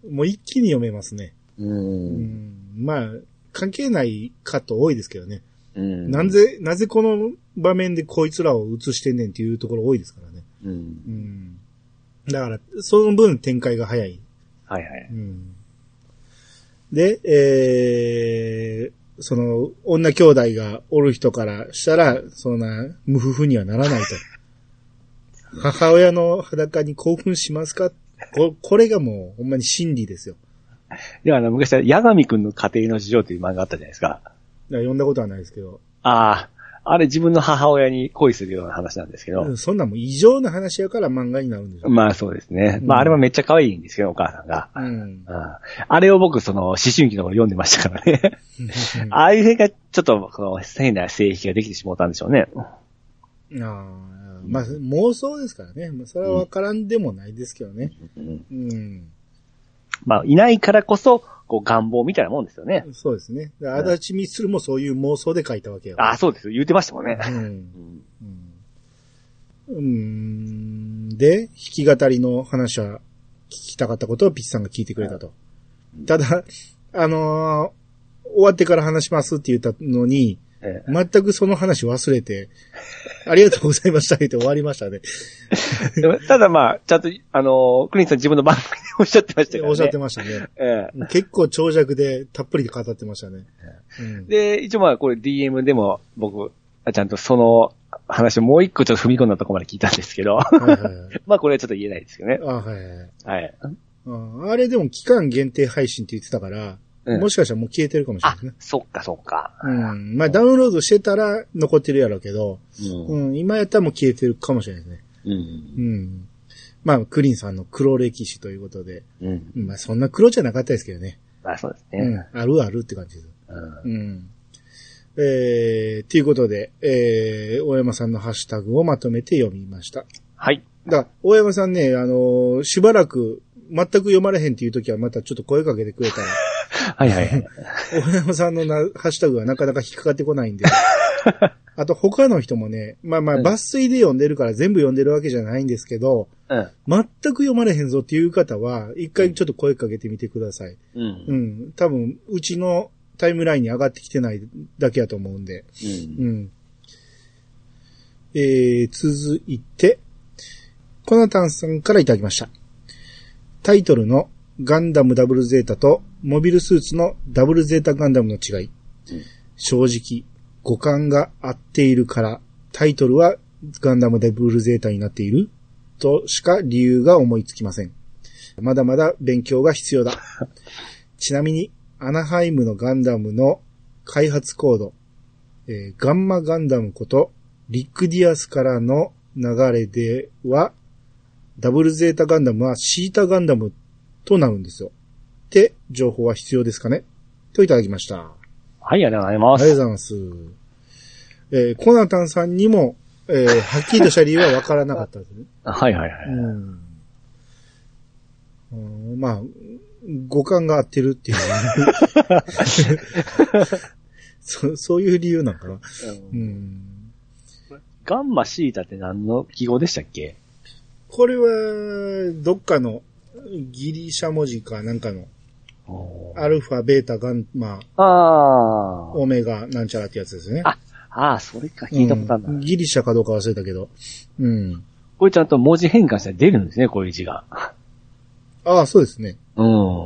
もう一気に読めますね。 うん。うん、 まあ、関係ないカット多いですけどね。 うん。 なぜ、なぜこの場面でこいつらを映してんねんっていうところ多いですからね。 うん。 うん。だから、その分展開が早い。 はいはい。 うん。で、えー、その、女兄弟がおる人からしたら、そんな、無夫婦にはならないと。母親の裸に興奮しますかここれがもう、ほんまに真理ですよ。 では、あの、昔は、八神くんの家庭の事情という漫画あったじゃないですか。 読んだことはないですけど。 ああ、あれ自分の母親に恋するような話なんですけど。 そんなもん異常な話やから漫画になるんでしょ。 まあそうですね。うん、まああれはめっちゃ可愛いんですけど、お母さんが。 うん、 あ, あれを僕、その、思春期の頃読んでましたからね。ああいう辺が、ちょっと、この、変な性癖ができてしまったんでしょうね。 ああ、まあ妄想ですからね。まあ、それはわからんでもないですけどね。 うん。 うん、 まあ、いないからこそ、こう願望みたいなもんですよね。 そうですね。足立みつるもそういう妄想で書いたわけよ。 ああ、そうですよ。言ってましたもんね。 うん。うん。うん、で、弾き語りの話は聞きたかったことをピッチさんが聞いてくれたと。うん、ただ、あのー、終わってから話しますって言ったのに、ええ、全くその話忘れて、ありがとうございましたって終わりましたね。 ただまあ、ちゃんと、あのー、クリンさん自分の番組でおっしゃってましたからね。 おっしゃってましたね。 ええ、 結構長尺でたっぷり語ってましたね。 ええうん、で、一応まあこれ ディーエム でも僕、ちゃんとその話をもう一個ちょっと踏み込んだところまで聞いたんですけど、はいはいはい、まあこれはちょっと言えないですよね。 あ、はいはい。 はい。 あ, あれでも期間限定配信って言ってたから、うん、もしかしたらもう消えてるかもしれないですね。 あ、そっかそっか。 うん。まあダウンロードしてたら残ってるやろうけど、うん、うん、今やったらもう消えてるかもしれないですね。 うん。 うん。まあ、クリンさんの黒歴史ということで、 うん。 まあそんな黒じゃなかったですけどね。 まあそうですね。 うん。あるあるって感じです。 うん。 うん。えー、ということで、えー、大山さんのハッシュタグをまとめて読みました。 はい。 だから、大山さんね、あのー、しばらく全く読まれへんっていう時はまたちょっと声かけてくれたら。 はいはいはい。 大山さんのなハッシュタグがなかなか引っかかってこないんで。あと他の人もね、まあまあ抜粋で読んでるから全部読んでるわけじゃないんですけど、 うん、 全く読まれへんぞっていう方は、一回ちょっと声かけてみてください。 うん。 うん。多分、うちのタイムラインに上がってきてないだけやと思うんで。 うん。 うん。えー、続いて、コナタンさんからいただきました。タイトルのガンダムダブルゼータとモビルスーツのダブルゼータガンダムの違い。 うん、 正直、五感が合っているからタイトルはガンダムダブルゼータになっているとしか理由が思いつきません。まだまだ勉強が必要だ。ちなみにアナハイムのガンダムの開発コード、えー、ガンマガンダムことリックディアスからの流れではダブルゼータガンダムはシータガンダムとなるんですよ。って情報は必要ですかねといただきました。 はい、ありがとうございます。 ありがとうございます。えー、コナタンさんにも、 えー、はっきりとした理由は分からなかったですね。 はいはいはい。 うんうん、まあ、五感が合ってるっていう、ねそ。そういう理由なんかな。うん、 ガンマシータって何の記号でしたっけ？ これは、どっかのギリシャ文字かなんかの、アルファ、ベータ、ガンマ、 あオメガ、なんちゃらってやつですね。 あ、ああ、それか聞いたことあるな、うん。 ギリシャかどうか忘れたけど。うん。 これちゃんと文字変換したら出るんですね、こういう字が。 ああ、そうですね。 うん。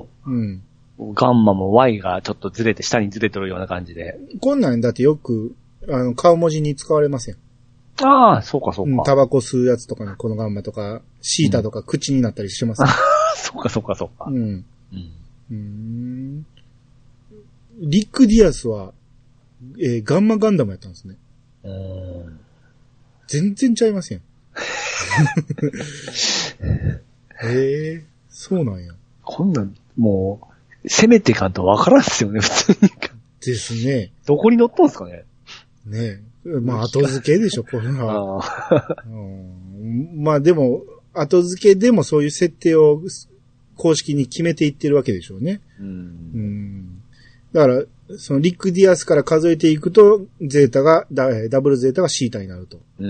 うん。 ガンマも Y がちょっとずれて下にずれとるような感じで。 こんなんだってよく、あの、顔文字に使われません。 ああ、そうかそうか。 うん、タバコ吸うやつとかのこのガンマとか、シータとか口になったりしてます、ね、 うん、そうかそうかそうか。 うん。うん。うーん。リック・ディアスは、えー、ガンマガンダムやったんですね。 うん。 全然ちゃいますやん。ええー、そうなんや。 こんなん、もう、攻めていかんとわからんっすよね、普通に。 ですね。 どこに乗ったんすかね。 ねえ。まあ、後付けでしょ、これは。うん、まあ、でも、後付けでもそういう設定を公式に決めていってるわけでしょうね。うん。うん、だから、そのリック・ディアスから数えていくと、ゼータが、ダ, ダブルゼータがシータになると。うん。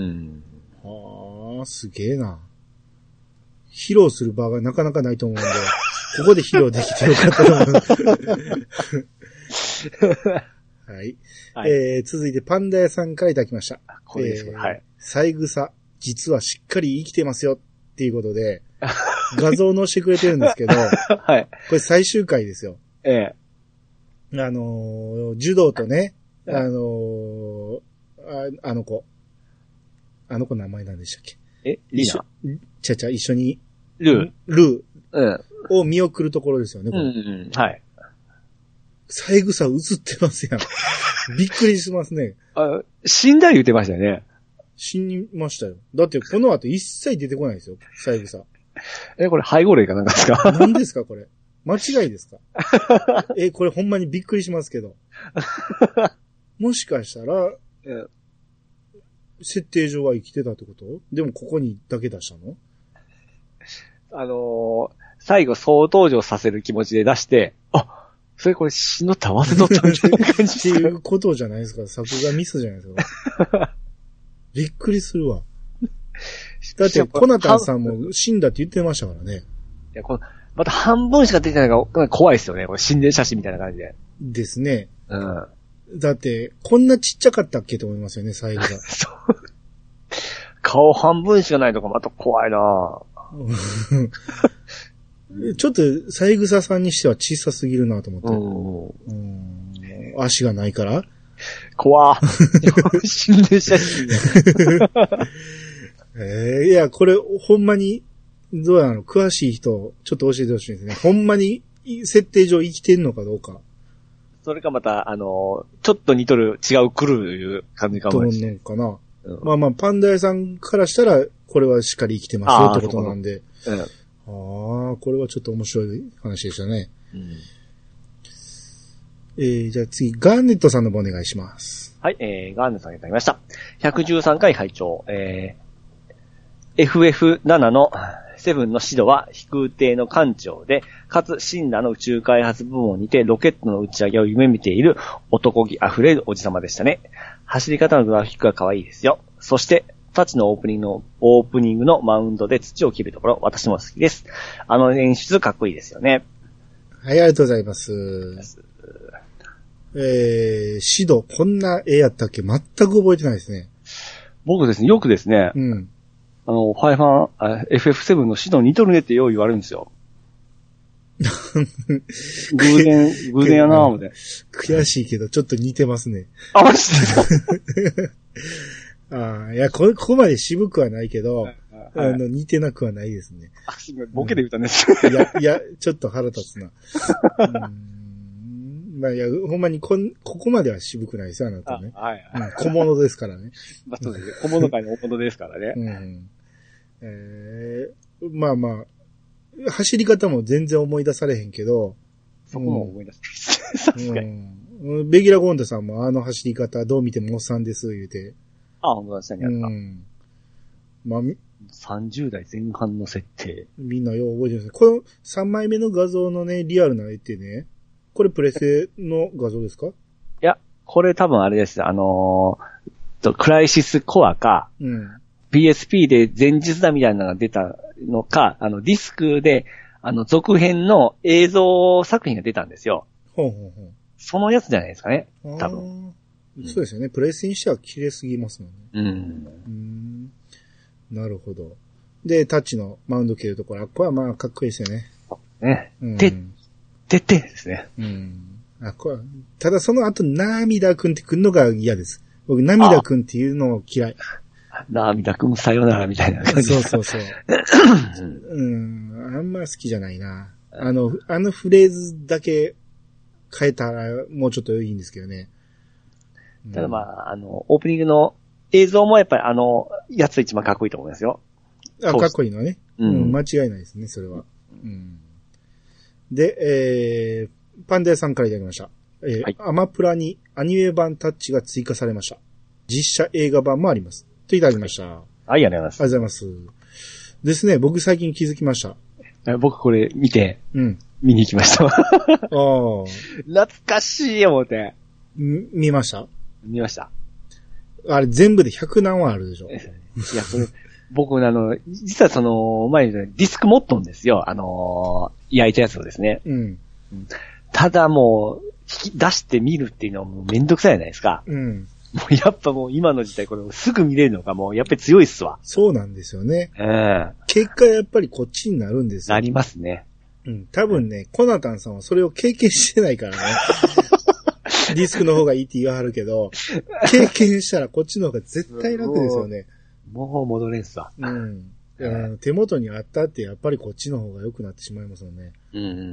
はあ、すげえな。披露する場がなかなかないと思うんで、ここで披露できてよかったと思う。はい。はい、えー、続いてパンダ屋さんからいただきました。 これですか、えー、はい。 三枝、実はしっかり生きてますよっていうことで、画像を載せてくれてるんですけど、はい。これ最終回ですよ。ええー。あのー、柔道とね、あのー、あ、あの子。あの子名前なんでしたっけ？ えリナ？ ちゃちゃ、一緒に、 ルー。 ルー。うん。を見送るところですよね、これ。うんうん。はい。三枝映ってますやん。びっくりしますね。 あ、死んだ言うてましたよね。 死にましたよ。だってこの後一切出てこないですよ、三枝。 え、これ背後霊かなんかですか？ 何ですかこれ。間違いですか？え、これほんまにびっくりしますけど。もしかしたら、設定上は生きてたってこと？でもここにだけ出したの？ あのー、最後総登場させる気持ちで出して、あ、それこれ死のたわせとったみたいな感じっていうことじゃないですか。作画ミスじゃないですか。びっくりするわ。だって、コナタンさんも死んだって言ってましたからね。 いや、この、また半分しか出てないから怖いですよね。これ心霊写真みたいな感じで。 ですね。うん。だって、こんなちっちゃかったっけと思いますよね、最後が。そう。 顔半分しかないとかまた怖いなぁ。 ちょっと、三枝さんにしては小さすぎるなと思って。うん、足がないから怖ー。心霊写真えー、いや、これ、ほんまに、どうなの詳しい人、ちょっと教えてほしいですね。ほんまに、設定上生きてんのかどうか。 それかまた、あの、ちょっと似とる違うクルーいう感じかもしれない。 どうなのかな、うん、まあまあ、パンダ屋さんからしたら、これはしっかり生きてますよってことなんで。うん、ああ、これはちょっと面白い話でしたね。うん、えー、じゃあ次、ガーネットさんの方お願いします。 はい、えー、ガーネットさんいただきました。ひゃくじゅうさんかい拝聴、えー、エフエフセブン の指導は飛空艇の艦長で、かつシンラの宇宙開発部門にてロケットの打ち上げを夢見ている男気あふれるおじさまでしたね。走り方のグラフィックが可愛いですよ。そして、タチのオープニングの、オープニングのマウンドで土を切るところ、私も好きです。あの演出かっこいいですよね。 はい、ありがとうございます。えー、指導、こんな絵やったっけ全く覚えてないですね。 僕ですね、よくですね、うん。あの、ファイファン、エフエフセブン の指導似とるねってよう言われるんですよ。偶然、偶然やなぁ、思って。 悔しいけど、ちょっと似てますね。 あ、マジですか？ ああ、いやこ、ここまで渋くはないけど、はい、あの、似てなくはないですね。 あ、すごい、ボケで言ったんです、 うん、いや、いや、ちょっと腹立つな。うんまあ、いや、ほんまにこん、ここまでは渋くないですよ、あなたね。はいはい、うん。小物ですからね。 まあそうですね。小物界の大物ですからね。うん。 えー、まあまあ、走り方も全然思い出されへんけど。 そこも思い出せない。さすがに。 うん。ベギラ・ゴンダさんもあの走り方どう見てもおっさんです、言うて。 あ、本当だ、下にあった。 うん。まあ、 さんじゅう代前半の設定。 みんなよう覚えてますね。このさんまいめの画像のね、リアルな絵ってね、これプレステの画像ですか？ いや、これ多分あれです。あのー、クライシスコアか、 うん。 ピーエスピー で前日だみたいなのが出たのか、あの、ディスクで、あの、続編の映像作品が出たんですよ。 ほうほうほう。 そのやつじゃないですかね。多分。 そうですよね。プレステにしては綺麗すぎますもんね。 うん。 うん。なるほど。で、タッチのマウンド切るところ、これはまあかっこいいですよね。 ね。 うん、 て、てってですね。 うん。あ、これ、ただその後、涙くんってくんのが嫌です。僕、涙くんっていうの嫌い。 涙くんさよならみたいな感じ。 そうそうそう。うん。あんま好きじゃないな。あの、あのフレーズだけ変えたらもうちょっといいんですけどね。 ただまあ、あの、オープニングの映像もやっぱりあの、やつ一番かっこいいと思いますよ。 あ、かっこいいのはね。 うん、 うん。間違いないですね、それは。うん。で、えー、パンデーさんからいただきました。えーはい、アマプラにアニメ版タッチが追加されました。実写映画版もあります。といただきました。はい、 ありがとうございます。 ありがとうございます。ですね、僕最近気づきました。 僕これ見て、うん。見に行きました。ああ。懐かしい思って。 見ました？ 見ました。 あれ全部でひゃくなんわあるでしょ。いや、これ、僕あの、実はその、前にディスク持っとんですよ。あの、焼いたやつをですね。うん。ただもう、引き出して見るっていうのはもうめんどくさいじゃないですか。うん。もうやっぱもう今の時代これすぐ見れるのがもうやっぱり強いっすわ。 そうなんですよね。うん。結果やっぱりこっちになるんですよ。 なりますね。 うん。多分ね、コナタンさんはそれを経験してないからね。ディスクの方がいいって言わはるけど、経験したらこっちの方が絶対楽ですよね。 もう戻れんすわ。 うん。手元にあったってやっぱりこっちの方が良くなってしまいますもんね。うん、うん。うん。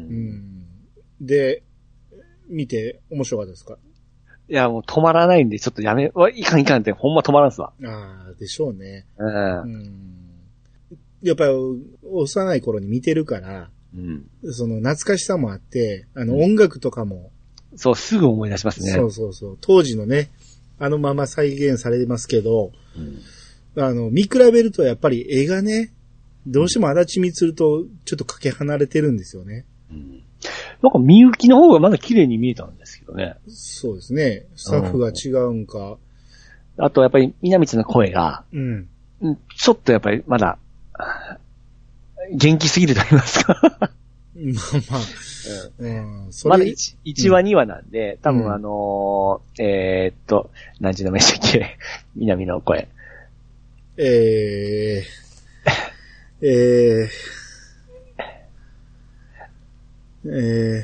で、見て面白かったですか？ いや、もう止まらないんで、ちょっとやめ、いかんいかんってほんま止まらんすわ。 ああ、でしょうね。うん。うん、やっぱり、幼い頃に見てるから、うん、その懐かしさもあって、あの、音楽とかも、 うん、そう、すぐ思い出しますね。 そうそうそう。当時のね、あのまま再現されますけど、うん、あの、見比べるとやっぱり絵がね、どうしても足立みつるとちょっとかけ離れてるんですよね。うんなんか、みゆきの方がまだ綺麗に見えたんですけどね。 そうですね。スタッフが違うんか。 うん、あと、やっぱり、みなみちの声が、うん。ちょっとやっぱり、まだ、元気すぎると言いますか。まあまあ。うん。うん、それまだ 1, いちわ、にわなんで、多分あのー、えー、っと、何時の名でしたっけみなみの声。 えー、えー、え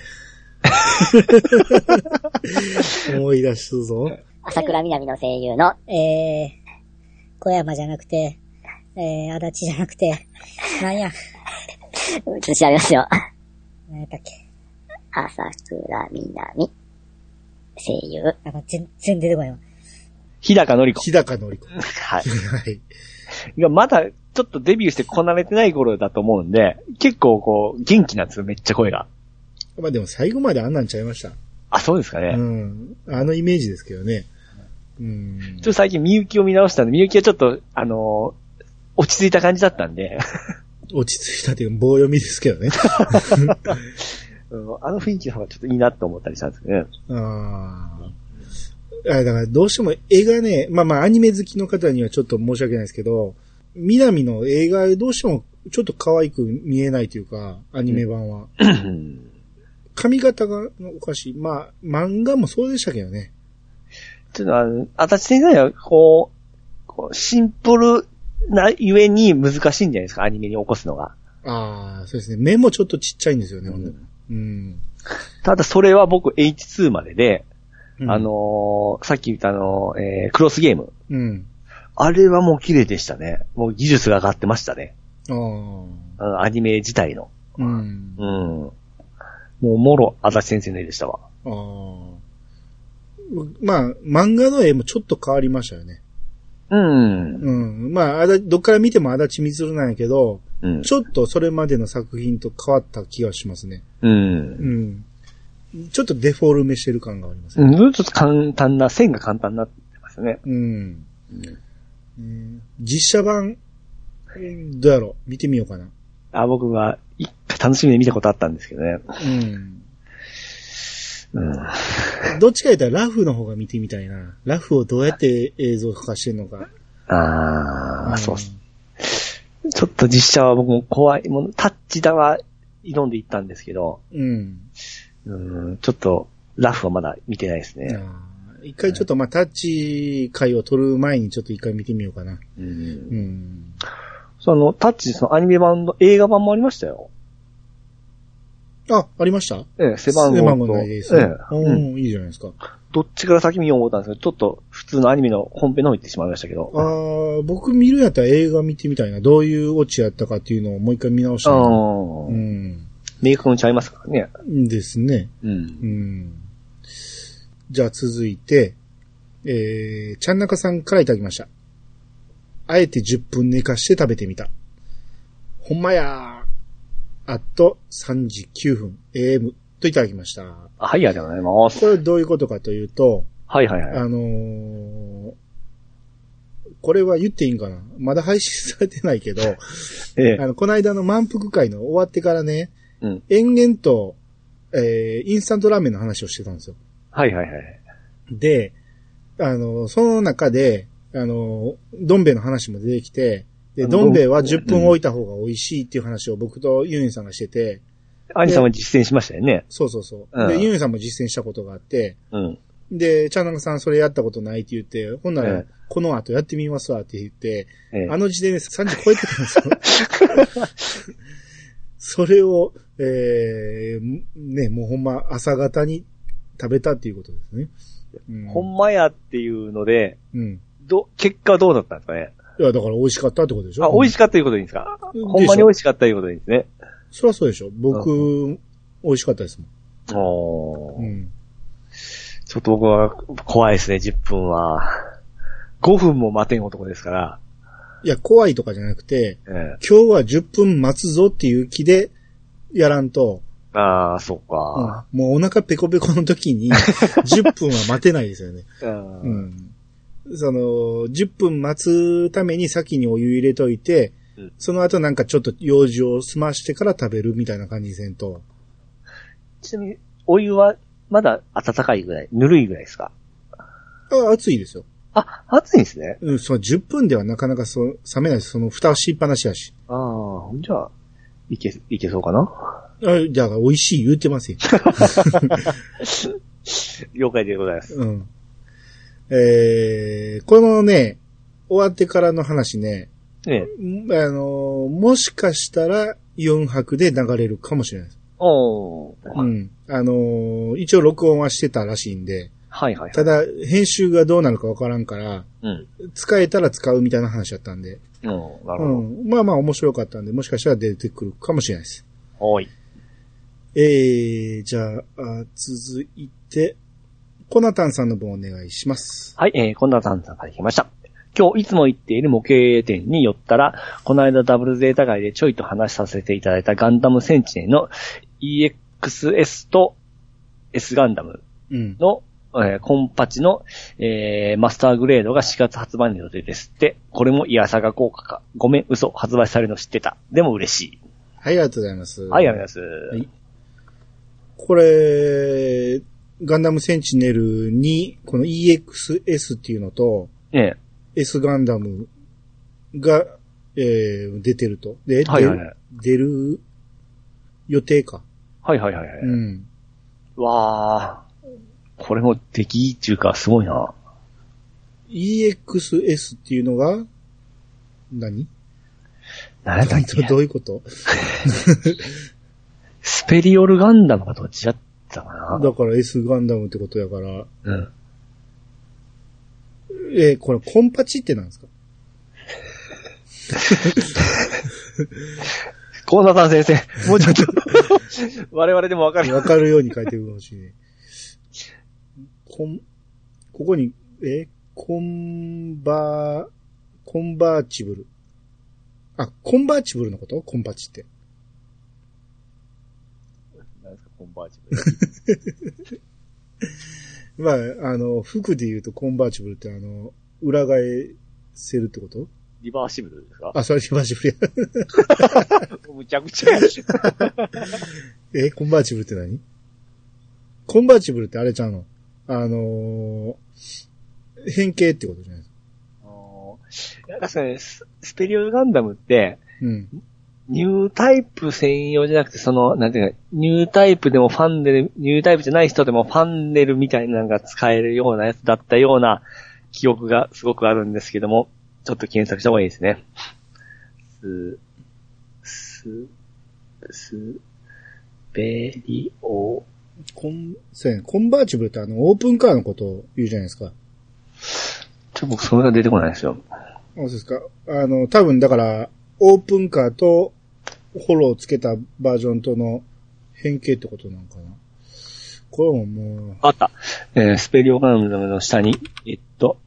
ー、思い出すぞ。 朝倉みなみの声優の、えー、小山じゃなくて、えー、足立じゃなくて、なんや。ちょっと調べますよ。何やったっけ。朝倉みなみ、声優。なんか全然出てこないわ。 日高のり子。 日高のり子。 はい。はい。いや、まだ、ちょっとデビューしてこなれてない頃だと思うんで、結構こう、元気なんですよ、めっちゃ声が。 まあでも最後まであんなんちゃいました。 あ、そうですかね。 うん。あのイメージですけどね。 うん。ちょっと最近みゆきを見直したんで、みゆきはちょっと、あのー、落ち着いた感じだったんで。 落ち着いたっていうか棒読みですけどね。 うん、あの雰囲気の方がちょっといいなと思ったりしたんですけどね。 ああ。だからどうしても絵がね、まあまあアニメ好きの方にはちょっと申し訳ないですけど、南の映画どうしてもちょっと可愛く見えないというか、アニメ版は。うん髪型がおかしい。まあ、漫画もそうでしたけどね。 ちょっとあの、あたち先生は、こう、こうシンプルなゆえに難しいんじゃないですか、アニメに起こすのが。 ああ、そうですね。目もちょっとちっちゃいんですよね、うん。うん、 ただそれは僕 エイチツー までで、うん、あのー、さっき言ったあのー、えー、クロスゲーム。うん。あれはもう綺麗でしたね。もう技術が上がってましたね。ああ。アニメ自体の。うん。うん。もう、もろ、足立先生の絵でしたわ。ああ。 まあ、漫画の絵もちょっと変わりましたよね。うん。うん。まあ、どっから見ても足立みつるなんやけど、うん、ちょっとそれまでの作品と変わった気がしますね。うん。うん。ちょっとデフォルメしてる感がありますね。 うん。ちょっと簡単な、線が簡単になってますね。うん。 うん。 うん、実写版、どうやろう見てみようかな。 あ、僕は一回楽しみで見たことあったんですけどね。 うん。うん、どっちか言ったらラフの方が見てみたいな。ラフをどうやって映像化してんのか。 ああ、うん、そうっす。ちょっと実写は僕も怖い。もうタッチだは挑んでいったんですけど。うん。うん、ちょっとラフはまだ見てないですね。 一回ちょっとまあタッチ回を撮る前にちょっと一回見てみようかな。うん。うん。 そのタッチそのアニメ版の映画版もありましたよ。 あ、ありました？ ええ、背番号と。 背番号ないですね。ええ、うん、いいじゃないですか。 どっちから先見よう思ったんですけど、ちょっと普通のアニメの本編の方行ってしまいましたけど。 ああ、僕見るやったら映画見てみたいな。どういうオチやったかっていうのをもう一回見直したいな。うん。 明確にちゃいますからね。 ですね。うん。うん。じゃあ続いて、えー、ちゃんなかさんからいただきました。あえてじゅっぷん寝かして食べてみた。ほんまやー。あとさんじきゅうふん エーエム といただきました。 はい、ありがとうございます。 これどういうことかというと、 はいはいはい。 あのー、これは言っていいんかな？まだ配信されてないけど、ええ、あの、この間の満腹会の終わってからね、うん、延々と、えー、インスタントラーメンの話をしてたんですよ。 はいはいはい。 で、あの、その中で、あの、どん兵衛の話も出てきて、で、どん兵衛はじゅっぷん置いた方が美味しいっていう話を僕とユンユンさんがしてて。 アニさんは実践しましたよね。 そうそうそう。うん、で、ユンユンさんも実践したことがあって、うん、で、チャンナカさんそれやったことないって言って、ほんなら、この後やってみますわって言って、ええ、あの時点でさんじ超えてたんですよ。それを、えー、ね、もうほんま朝方に食べたっていうことですね。 うん、ほんまやっていうので、うん、ど、結果はどうだったんですかね。 いや、だから美味しかったってことでしょ。 あ、美味しかったということでいいんですか。ほんまに美味しかったということでいいんですね。 そりゃそうでしょ。僕、うん、美味しかったですもん。 おー。うん。ちょっと僕は怖いですね、じゅっぷんは。ごふんも待てん男ですから。 いや、怖いとかじゃなくて、ええ、今日はじゅっぷん待つぞっていう気でやらんと。 ああ、そっか、 うん。もうお腹ペコペコの時にじゅっぷんは待てないですよね。うん。その、じゅっぷん待つために先にお湯入れといて、うん、その後なんかちょっと用事を済ましてから食べるみたいな感じせんと。 ちなみに、お湯はまだ温かいぐらい、ぬるいぐらいですか？ あ、熱いですよ。 あ、熱いんですね。 うん、そう、じゅっぷんではなかなかそう、冷めないです。その、蓋をしっぱなしやし。 ああ、じゃあ、いけ、いけそうかな？ あ、じゃあ、美味しい言うてますよ。 了解でございます。 うん。えー、このね、終わってからの話ね、ねあの、もしかしたらよんはくで流れるかもしれないです。おー。うん。あの、一応録音はしてたらしいんで、 はいはいはい。 ただ、編集がどうなるかわからんから、うん、使えたら使うみたいな話だったんで、 うん、なるほど。うん、 まあまあ面白かったんで、もしかしたら出てくるかもしれないです。 はい。 えー、じゃあ、あ続いて、コナタンさんの分お願いします。 はい、えー、コナタンさんから来ました。今日いつも行っている模型店に寄ったら、この間ダブルゼータ街でちょいと話させていただいたガンダムセンチネルの イーエックスエス と S ガンダムの、うんえー、コンパチの、えー、マスターグレードがしがつ発売の予定ですって。これもイヤサガ効果か。ごめん、嘘。発売されるの知ってた。でも嬉しい。 はい、ありがとうございます。 はい、ありがとうございます。はい、 これ、ガンダムセンチネルに、この イーエックスエス っていうのと、ええ、S ガンダムが、えー、出てると。で、はいはいはい、出る予定か。 はいはいはいはい。うん。わー。これも出来っていうかすごいな。 イーエックスエス っていうのが、何？ 何だっけ？ どういうことスペリオルガンダムがどっちだったかな？ だから S ガンダムってことやから。うん。えー、これコンパチってなんですか？ コーナーさん先生、もうちょっと我々でもわかるわかるように書いてほしいね。コン、ここに、え、コンバー、コンバーチブル。あ、コンバーチブルのこと？コンパチって。 何ですか、コンバーチブル。 まあ、あの、服で言うとコンバーチブルってあの、裏替えせるってこと？ リバーシブルですか？ あ、それリバーシブルや。 むちゃくちゃやし。 え、コンバーチブルって何？コンバーチブルってあれちゃうの？あのー、変形ってことじゃないですか。 なんかそれ、スペリオガンダムって、 うん。 ニュータイプ専用じゃなくて、その、なんていうか、ニュータイプでもファンネル、ニュータイプじゃない人でもファンネルみたいなのが使えるようなやつだったような記憶がすごくあるんですけども、ちょっと検索した方がいいですね。ス、ス、ス、ペリオ。 コン、そうやね、コンバーチブルってあの、オープンカーのことを言うじゃないですか。 ちょっと僕それが出てこないですよ。 あ、そうですか。あの、多分だから、オープンカーと、フォローをつけたバージョンとの変形ってことなのかな。これももう。 あった。えー、スペリオガンダムの下に、えっと、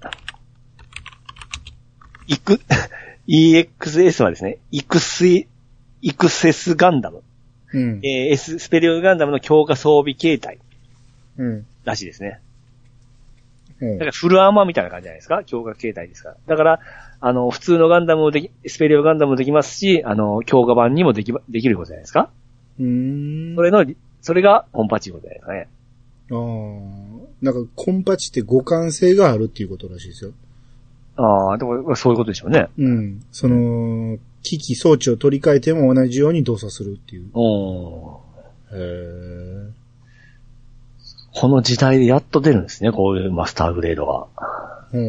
イク、イーエックスエス はですね、イクス、イクセスガンダム。 うん。 えー、S、スペリオガンダムの強化装備形態。 うん。 らしいですね。 うん。 だからフルアーマーみたいな感じじゃないですか？強化形態ですから。だから、あの、普通のガンダムもでき、スペリオガンダムもできますし、あの、強化版にもでき、できることじゃないですか？ うーん。 それの、それがコンパチブルじゃないですかね。 ああ。なんか、コンパチって互換性があるっていうことらしいですよ。 ああ、でも、そういうことでしょうね。 うん。その、機器装置を取り替えても同じように動作するっていう。 おー。へー。 この時代でやっと出るんですね、こういうマスターグレードが。 うん。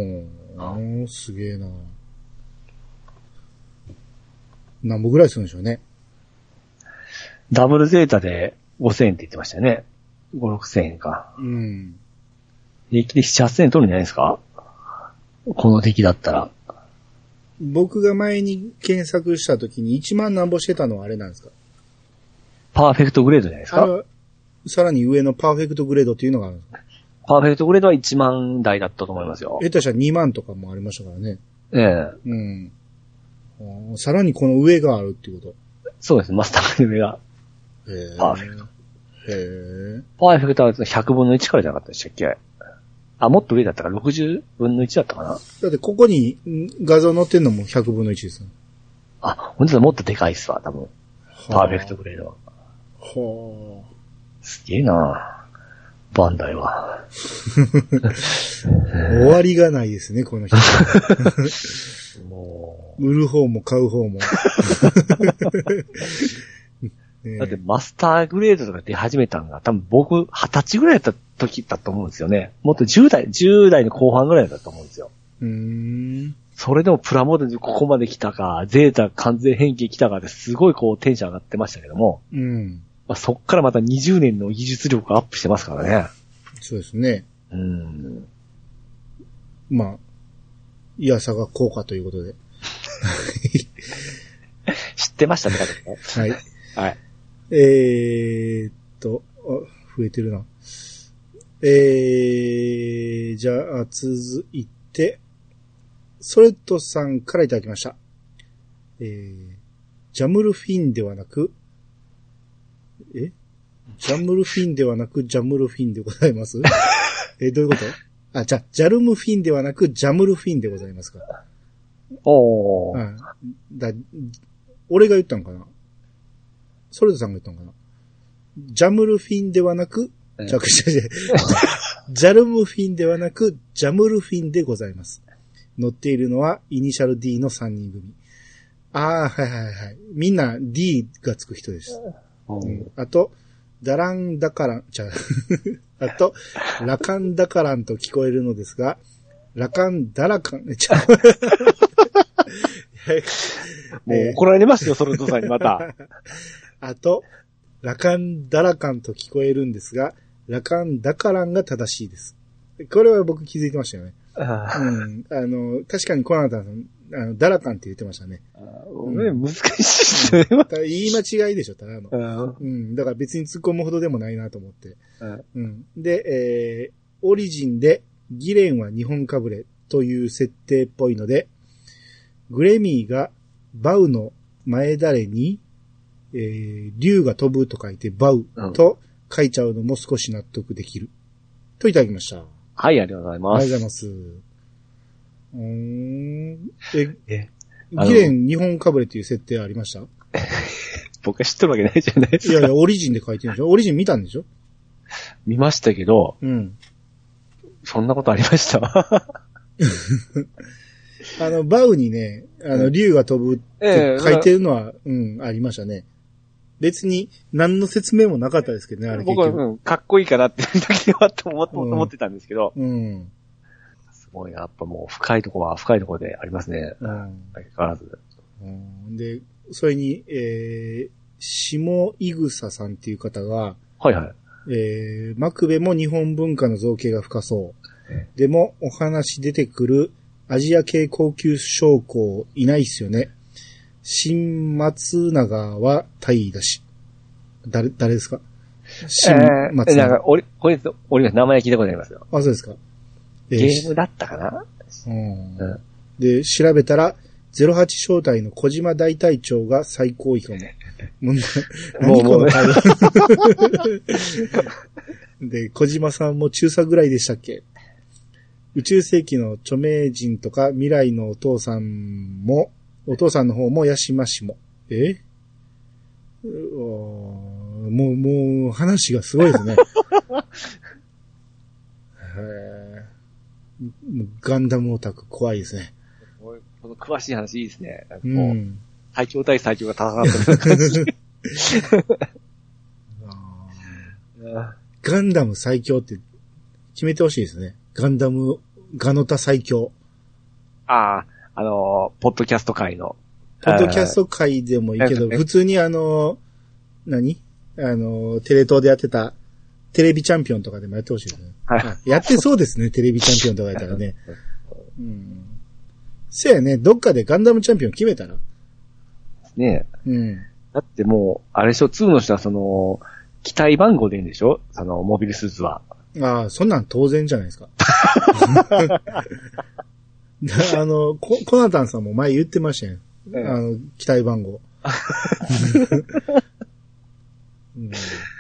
すげえな。何本ぐらいするんでしょうね。 ダブルゼータでごせんえんって言ってましたよね。ご、ろくせんえんか。 うん。 平気でなな、はっせんえん取るんじゃないですか？この出来だったら。 僕が前に検索した時にいちまん何本してたのはあれなんですか？ パーフェクトグレードじゃないですか？ さらに上のパーフェクトグレードっていうのがあるんですか？ パーフェクトグレードはいちまん台だったと思いますよ。 下手したらにまんとかもありましたからね。 ええ。 うん。さらにこの上があるっていうこそうですね、マスターの上が。 と。へー。 パーフェクト。 へー。 パーフェクトはひゃくぶんのいちからじゃなかったでしたっけ？あ、もっと上だったからろくじゅうぶんのいちだったかな？ だってここに画像載ってんのもひゃくぶんのいちですよ。 あ、本当だ、もっとでかいっすわ、多分。パーフェクトグレードは。 はあ。 すげえなバンダイは。 終わりがないですね、この人。もう売る方も買う方も。ね、 だってマスターグレードとか出始めたのが多分僕はたちぐらいだった時だと思うんですよね。もっとじゅう代、じゅう代の後半ぐらいだと思うんですよ。 うーん。 それでもプラモデルでここまで来たか、ゼータ完全変形来たかですごいこうテンション上がってましたけども。 うん。 まあ、そっからまたにじゅうねんの技術力がアップしてますからね。 そうですね。 うん。 まあ、いやさが効果ということで。 知ってましたね、 はい。 はい。 えーっと、あ、増えてるな。えー、じゃあ続いて、ソレットさんからいただきました。えー、ジャムルフィンではなく、えジャムルフィンではなく、ジャムルフィンでございますえ、どういうことあ、じゃ、ジャルムフィンではなく、ジャムルフィンでございますか。 おー。 あだ、俺が言ったんかなソレトさんが言ったんかなジャムルフィンではなく、ジャクシャジャ、ジャルムフィンではなく、ジャムルフィンでございます。乗っているのは、イニシャル D のさんにん組。ああ、はいはいはい。みんな D がつく人です。うん、あと、ダランダカラン、ちゃう。あと、ラカンダカランと聞こえるのですが、ラカンダラカン、ちゃう。 もう怒られますよ、ソルトさんにまた。 あと、ラカンダラカンと聞こえるんですが、ラカンダカランが正しいです。これは僕気づいてましたよね。うん。あの、確かにコナンさん、あの、ダラカンって言ってましたね。 うん、難しいっすね。 言い間違いでしょ、ただの。うん。だから別に突っ込むほどでもないなと思って。うん。で、えー、オリジンでギレンは日本かぶれという設定っぽいので、グレミーがバウの前誰に、えー、竜が飛ぶと書いてバウと書いちゃうのも少し納得できる。といただきました。 はい、ありがとうございます。 ありがとうございます。 うーん。え、 えギレン日本かぶれっていう設定ありました？ 僕は知ってるわけないじゃないですか。 いやいや、オリジンで書いてるんでしょ？オリジン見たんでしょ？ 見ましたけど、 うん。 そんなことありましたあの、バウにね、あの、竜が飛ぶって書いてるのは、うん、ありましたね。別に何の説明もなかったですけどね、あれ結局。 僕は、うん、かっこいいかなってだけはと思って、うん、思ってたんですけど。 うん。 すごいな、やっぱもう深いところは深いところでありますね。うん。相変わらず。 うん。で、それに、えー、下井草さんっていう方が、 はいはい。 えー、マクベも日本文化の造形が深そう。でも、お話出てくるアジア系高級将校いないっすよね。新松永はタイだし。誰、誰ですか？新松永。 えー、なんか、俺、これ、俺が名前聞いたことありますよ。 あ、そうですか。 えー、ゲームだったかな？ うん、うん。で、調べたら、ゼロはち招待の小島大隊長が最高位かも。もう、何この会話。で、小島さんも中佐ぐらいでしたっけ？宇宙世紀の著名人とか未来のお父さんも、お父さんの方もヤシマシも。え？もう、もう、話がすごいですね。へガンダムオタク怖いですね。 この詳しい話いいですね。なんかうこう、 ん、 最強対最強が戦ってる感じ。 ガンダム最強って決めてほしいですね。ガンダム、ガノタ最強。 ああ、あのー、ポッドキャスト界の。 ポッドキャスト界でもいいけど、普通にあの、何あの、テレ東でやってた、テレビチャンピオンとかでもやってほしいですね。はい。やってそうですね、テレビチャンピオンとかやったらね。うん。せやね、どっかでガンダムチャンピオン決めたら。 ねえ。うん。 だってもう、あれでしょ、ツーの人はその、機体番号でいいんでしょ？その、モビルスーツは。 ああ、そんなん当然じゃないですか。あの、コ、コナタンさんも前言ってましたよ。うん、あの、機体番号。うん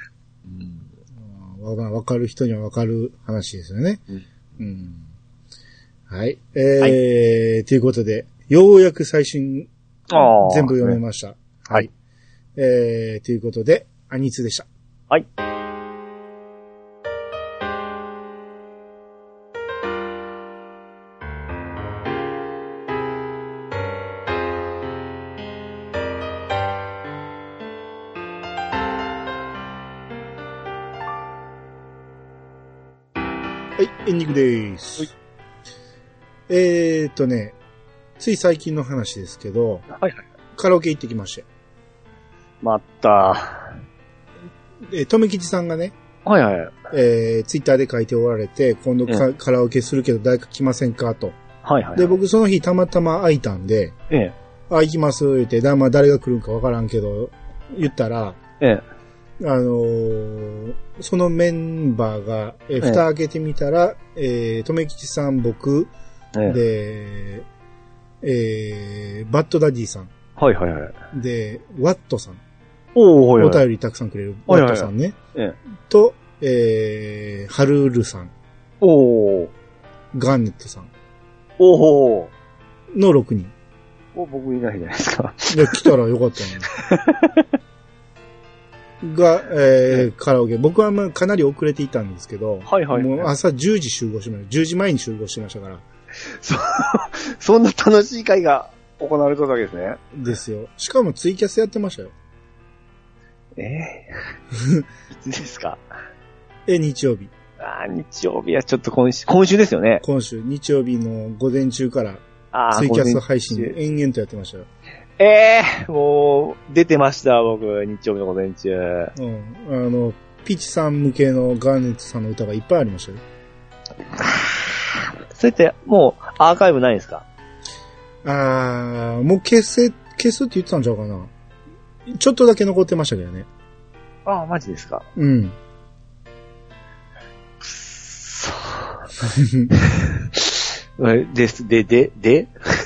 うん、わかる人にはわかる話ですよね。うんうん、はい。えー、はい、ということで、ようやく最新、全部読めました。ね、はい。えー、ということで、アニツでした。 はい。 はい、エンディングでーす。はい、えーっとね、つい最近の話ですけど、 はいはい、 カラオケ行ってきまして。 また、 えー、とめきちさんがね、 はいはい、 えー、ツイッターで書いておられて、今度か、うん、カラオケするけど誰か来ませんかと。 はいはい、はい。 で、僕その日たまたま空いたんで、 ええ、 あ、行きます、言って、だ、まあ、誰が来るんかわからんけど、言ったら、 ええ、 あのー、そのメンバーが、えー、蓋開けてみたら、えー、とめきちさん、僕、ええ、で、えー、バッドダディさん。 はいはいはい。 で、ワットさん。 おー、はいはい。 お便りたくさんくれる、ワットさんね。 はいはいはい、 と、えー、ハルールさん。 おー。 ガンネットさん。 おー。 のろくにん。 お、僕いないじゃないですか。 いや、来たらよかったのに。が、えー、カラオケ。僕はまあかなり遅れていたんですけど、 はいはい、はい。 もう朝じゅうじ集合しました。じゅうじまえに集合してましたから。 そ、そんな楽しい会が行われたわけですね。 ですよ。しかもツイキャスやってましたよ。 えー、いつですか？ え、日曜日。 ああ、日曜日はちょっと今週、今週ですよね。 今週、日曜日の午前中から、ツイキャス配信延々とやってましたよ。 ええー、もう、出てました、僕、日曜日の午前中。 うん。あの、ピチさん向けのガーネットさんの歌がいっぱいありましたよ。 それって、もう、アーカイブないですか？ あー、もう消せ、消すって言ってたんちゃうかな。ちょっとだけ残ってましたけどね。 ああ、マジですか？ うん。 くっそー。です、で、で、で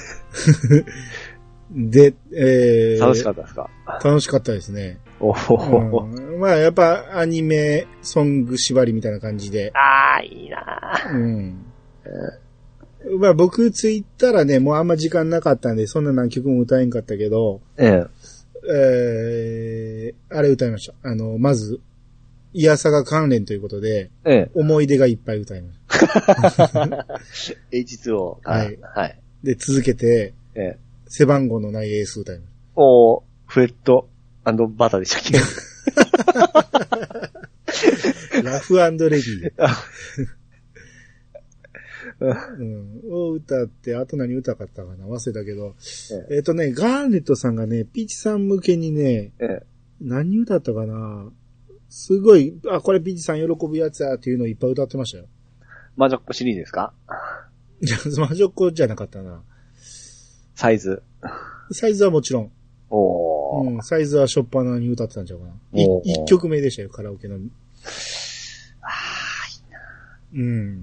で、えー、 楽しかったですか？ 楽しかったですね。 おお、 うん、まあ、やっぱ、アニメ、ソング縛りみたいな感じで。 ああ、いいなうん。 まあ僕ツイッターらね、もうあんま時間なかったんで、そんな何曲も歌えんかったけど、 ええ。 えー、あれ歌いました。あの、まず、イヤサガ関連ということで、 ええ。 思い出がいっぱい歌いました。 エイチツーオー。 はい。 はい。 で、続けて、 ええ。 背番号のないエース歌いました。 おー、フレット&バターでしたっけラフ&レディー。うん、を歌って、あと何歌かったかな忘れたけど、えっ、えー、とね、ガーネットさんがね、ピーチさん向けにね、ええ、何歌ったかなすごい、あ、これピーチさん喜ぶやつやっていうのをいっぱい歌ってましたよ。 魔女っ子シリーズですか？ いや、魔女っ子じゃなかったな。サイズ。サイズはもちろん。 おー。 うん、サイズはしょっぱなに歌ってたんちゃうかな。一曲目でしたよ、カラオケの。あー、いいな。うん。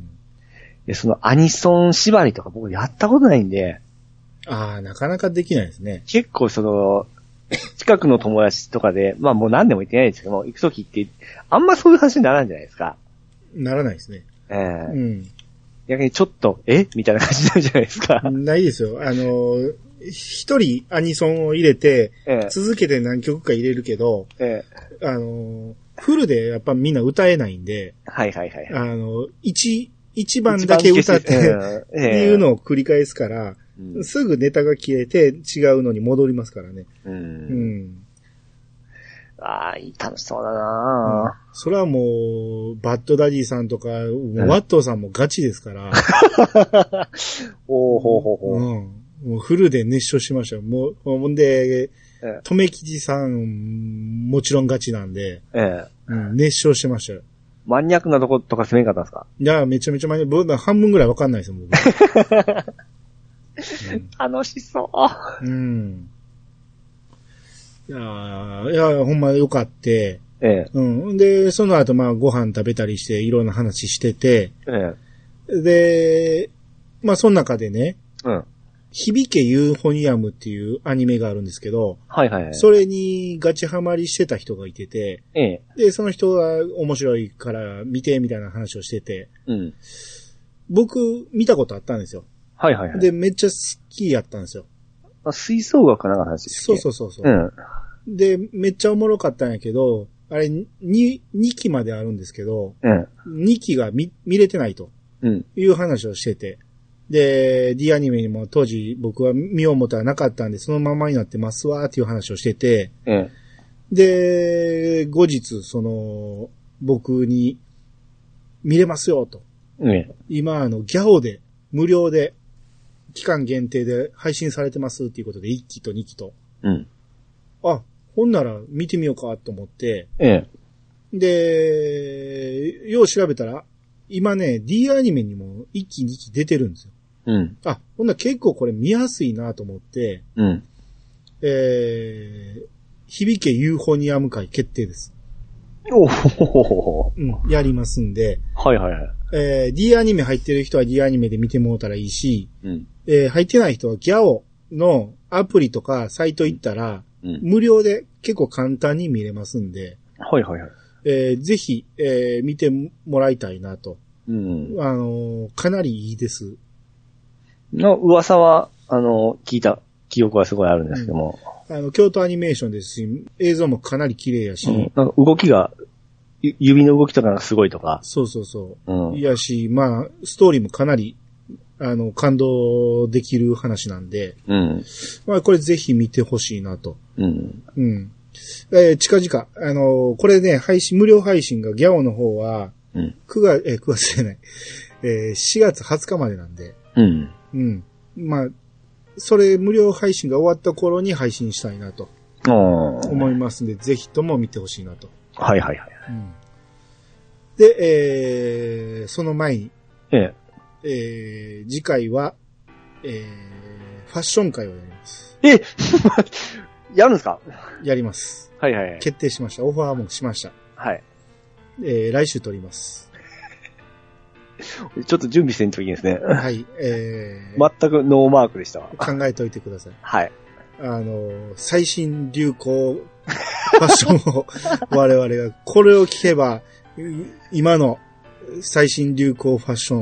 で、そのアニソン縛りとか僕やったことないんで。 ああ、なかなかできないですね。 結構その、近くの友達とかで、まあもう何でも言ってないですけども、行くときって、あんまそういう話にならないんじゃないですか。 ならないですね。 ええー。うん。逆にちょっと、えみたいな感じになるじゃないですか。 ないですよ。あの、一人アニソンを入れて、ええ、続けて何曲か入れるけど、ええ、あの、フルでやっぱみんな歌えないんで、 はいはいはい、はい。 あの、一、一番だけ歌って、いうのを繰り返すから、うん、すぐネタが消えて違うのに戻りますからね。うん。うん、 ああ、楽しそうだな、 うん、それはもう、バッドダディさんとか、もうワットーさんもガチですから。 おーほうほうほう。 うん。もうフルで熱唱しましたよ。もう、ほんで、とめきちさん、もちろんガチなんで、ええうん、熱唱してましたよ。 マニアックなとことか攻めんかったんですか？ いや、めちゃめちゃマニアック。僕半分ぐらいわかんないですよ、僕。 うん、楽しそう。うん。 いやいや、ほんまよかって、ええ。うん。で、その後、まあ、ご飯食べたりして、いろんな話してて、ええ。で、まあ、その中でね、うん。響けユーフォニアムっていうアニメがあるんですけど、はいはいはい。それにガチハマりしてた人がいてて、ええ。で、その人が面白いから見てみたいな話をしてて、うん。僕、見たことあったんですよ。はいはいはい。で、めっちゃ好きやったんですよ。 あ、吹奏楽かなんかの話ですか？そうそうそうそう。うん。で、めっちゃおもろかったんやけど、あれ、に、にきまであるんですけど、うん。にきが見、見れてないと。うん。いう話をしてて。で、D アニメにも当時僕は見ようもたらなかったんで、そのままになってますわーっていう話をしてて、うん。で、後日、その、僕に、見れますよと。うん。今、あの、ギャオで、無料で、期間限定で配信されてますっていうことで、いっきとにきと。うん。あ、ほんなら見てみようかと思って、ええ。で、よう調べたら、今ね、D アニメにもいっきにき出てるんですよ。うん。あ、ほんなら結構これ見やすいなと思って、うん。えー、響けユーフォニアム会決定です。おお、うん、やりますんで。はいはいはい。えー、D アニメ入ってる人は D アニメで見てもらったらいいし、うん。えー、入ってない人はギャオのアプリとかサイト行ったら、うん、無料で結構簡単に見れますんで。はいはいはい。えー、ぜひ、えー、見てもらいたいなと。うん。あのー、かなりいいです。 の噂は、あのー、聞いた記憶はすごいあるんですけども。 うん、あの、京都アニメーションですし、映像もかなり綺麗やし。うん、 なんか動きが、指の動きとかがすごいとか。 そうそうそう。うん。いやし、まあ、ストーリーもかなり、あの、感動できる話なんで。うん。まあ、これぜひ見てほしいなと。うん。うん。えー、近々、あのー、これね、配信、無料配信がギャオの方は、うん。くがつ、えー、くがつじゃない。えー、しがつはつかまでなんで。うん。うん。まあ、それ無料配信が終わった頃に配信したいなと。思いますんで、ぜひとも見てほしいなと。はいはいはい。うん、で、えー、その前に、えええー、次回は、えー、ファッション会をやります。 えやるんですか？ やります。はいはいはい。決定しました。オファーもしました。はい。えー、来週撮ります。 ちょっと準備してんといいですね。 はい。えー、 全くノーマークでしたわ。 考えておいてください。 はい。 あの、最新流行ファッションを我々が、これを聞けば、今の最新流行ファッションを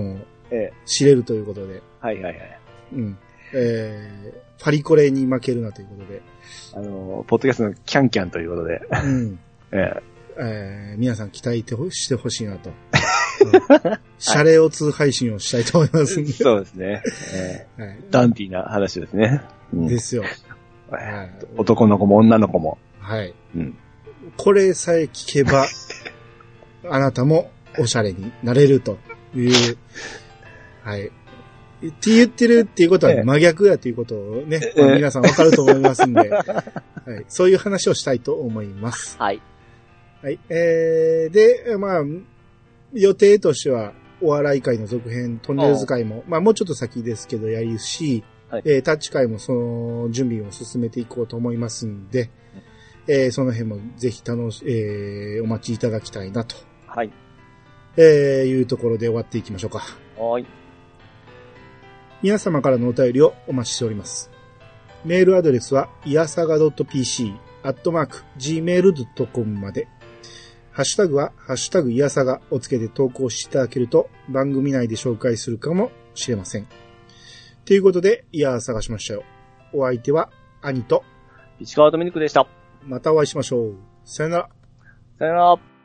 ええ、 知れるということで。 はいはいはい。 うん。えー、パリコレに負けるなということで。 あの、ポッドキャストのキャンキャンということで。 うん。 えええー、皆さん期待してほしいなと。うん、シャレオツ配信をしたいと思いますんで。 そうですね、えーはい。ダンディーな話ですね。 うん、ですよ、 はい。男の子も女の子も。 はい。 うん、 これさえ聞けば、あなたもおしゃれになれるという、はい。って言ってるっていうことは真逆だということをね、ええ、皆さんわかると思いますんで、はい、そういう話をしたいと思います。 はい。 はい。えー、で、まあ、予定としては、お笑い界の続編、トンネルズ会も、まあもうちょっと先ですけどやるし、はい、えー、タッチ会もその準備を進めていこうと思いますんで、えー、その辺もぜひ楽し、えー、お待ちいただきたいなと。 はい。 えー、いうところで終わっていきましょうか。 はい。 皆様からのお便りをお待ちしております。メールアドレスは、いやさが .pc、アットマーク、ジーメールドットコム まで。ハッシュタグは、ハッシュタグいやさがをつけて投稿していただけると、番組内で紹介するかもしれません。ということで、いやさがしましたよ。お相手は、兄と、 市川とミルクでした。 またお会いしましょう。さよなら。 さよなら。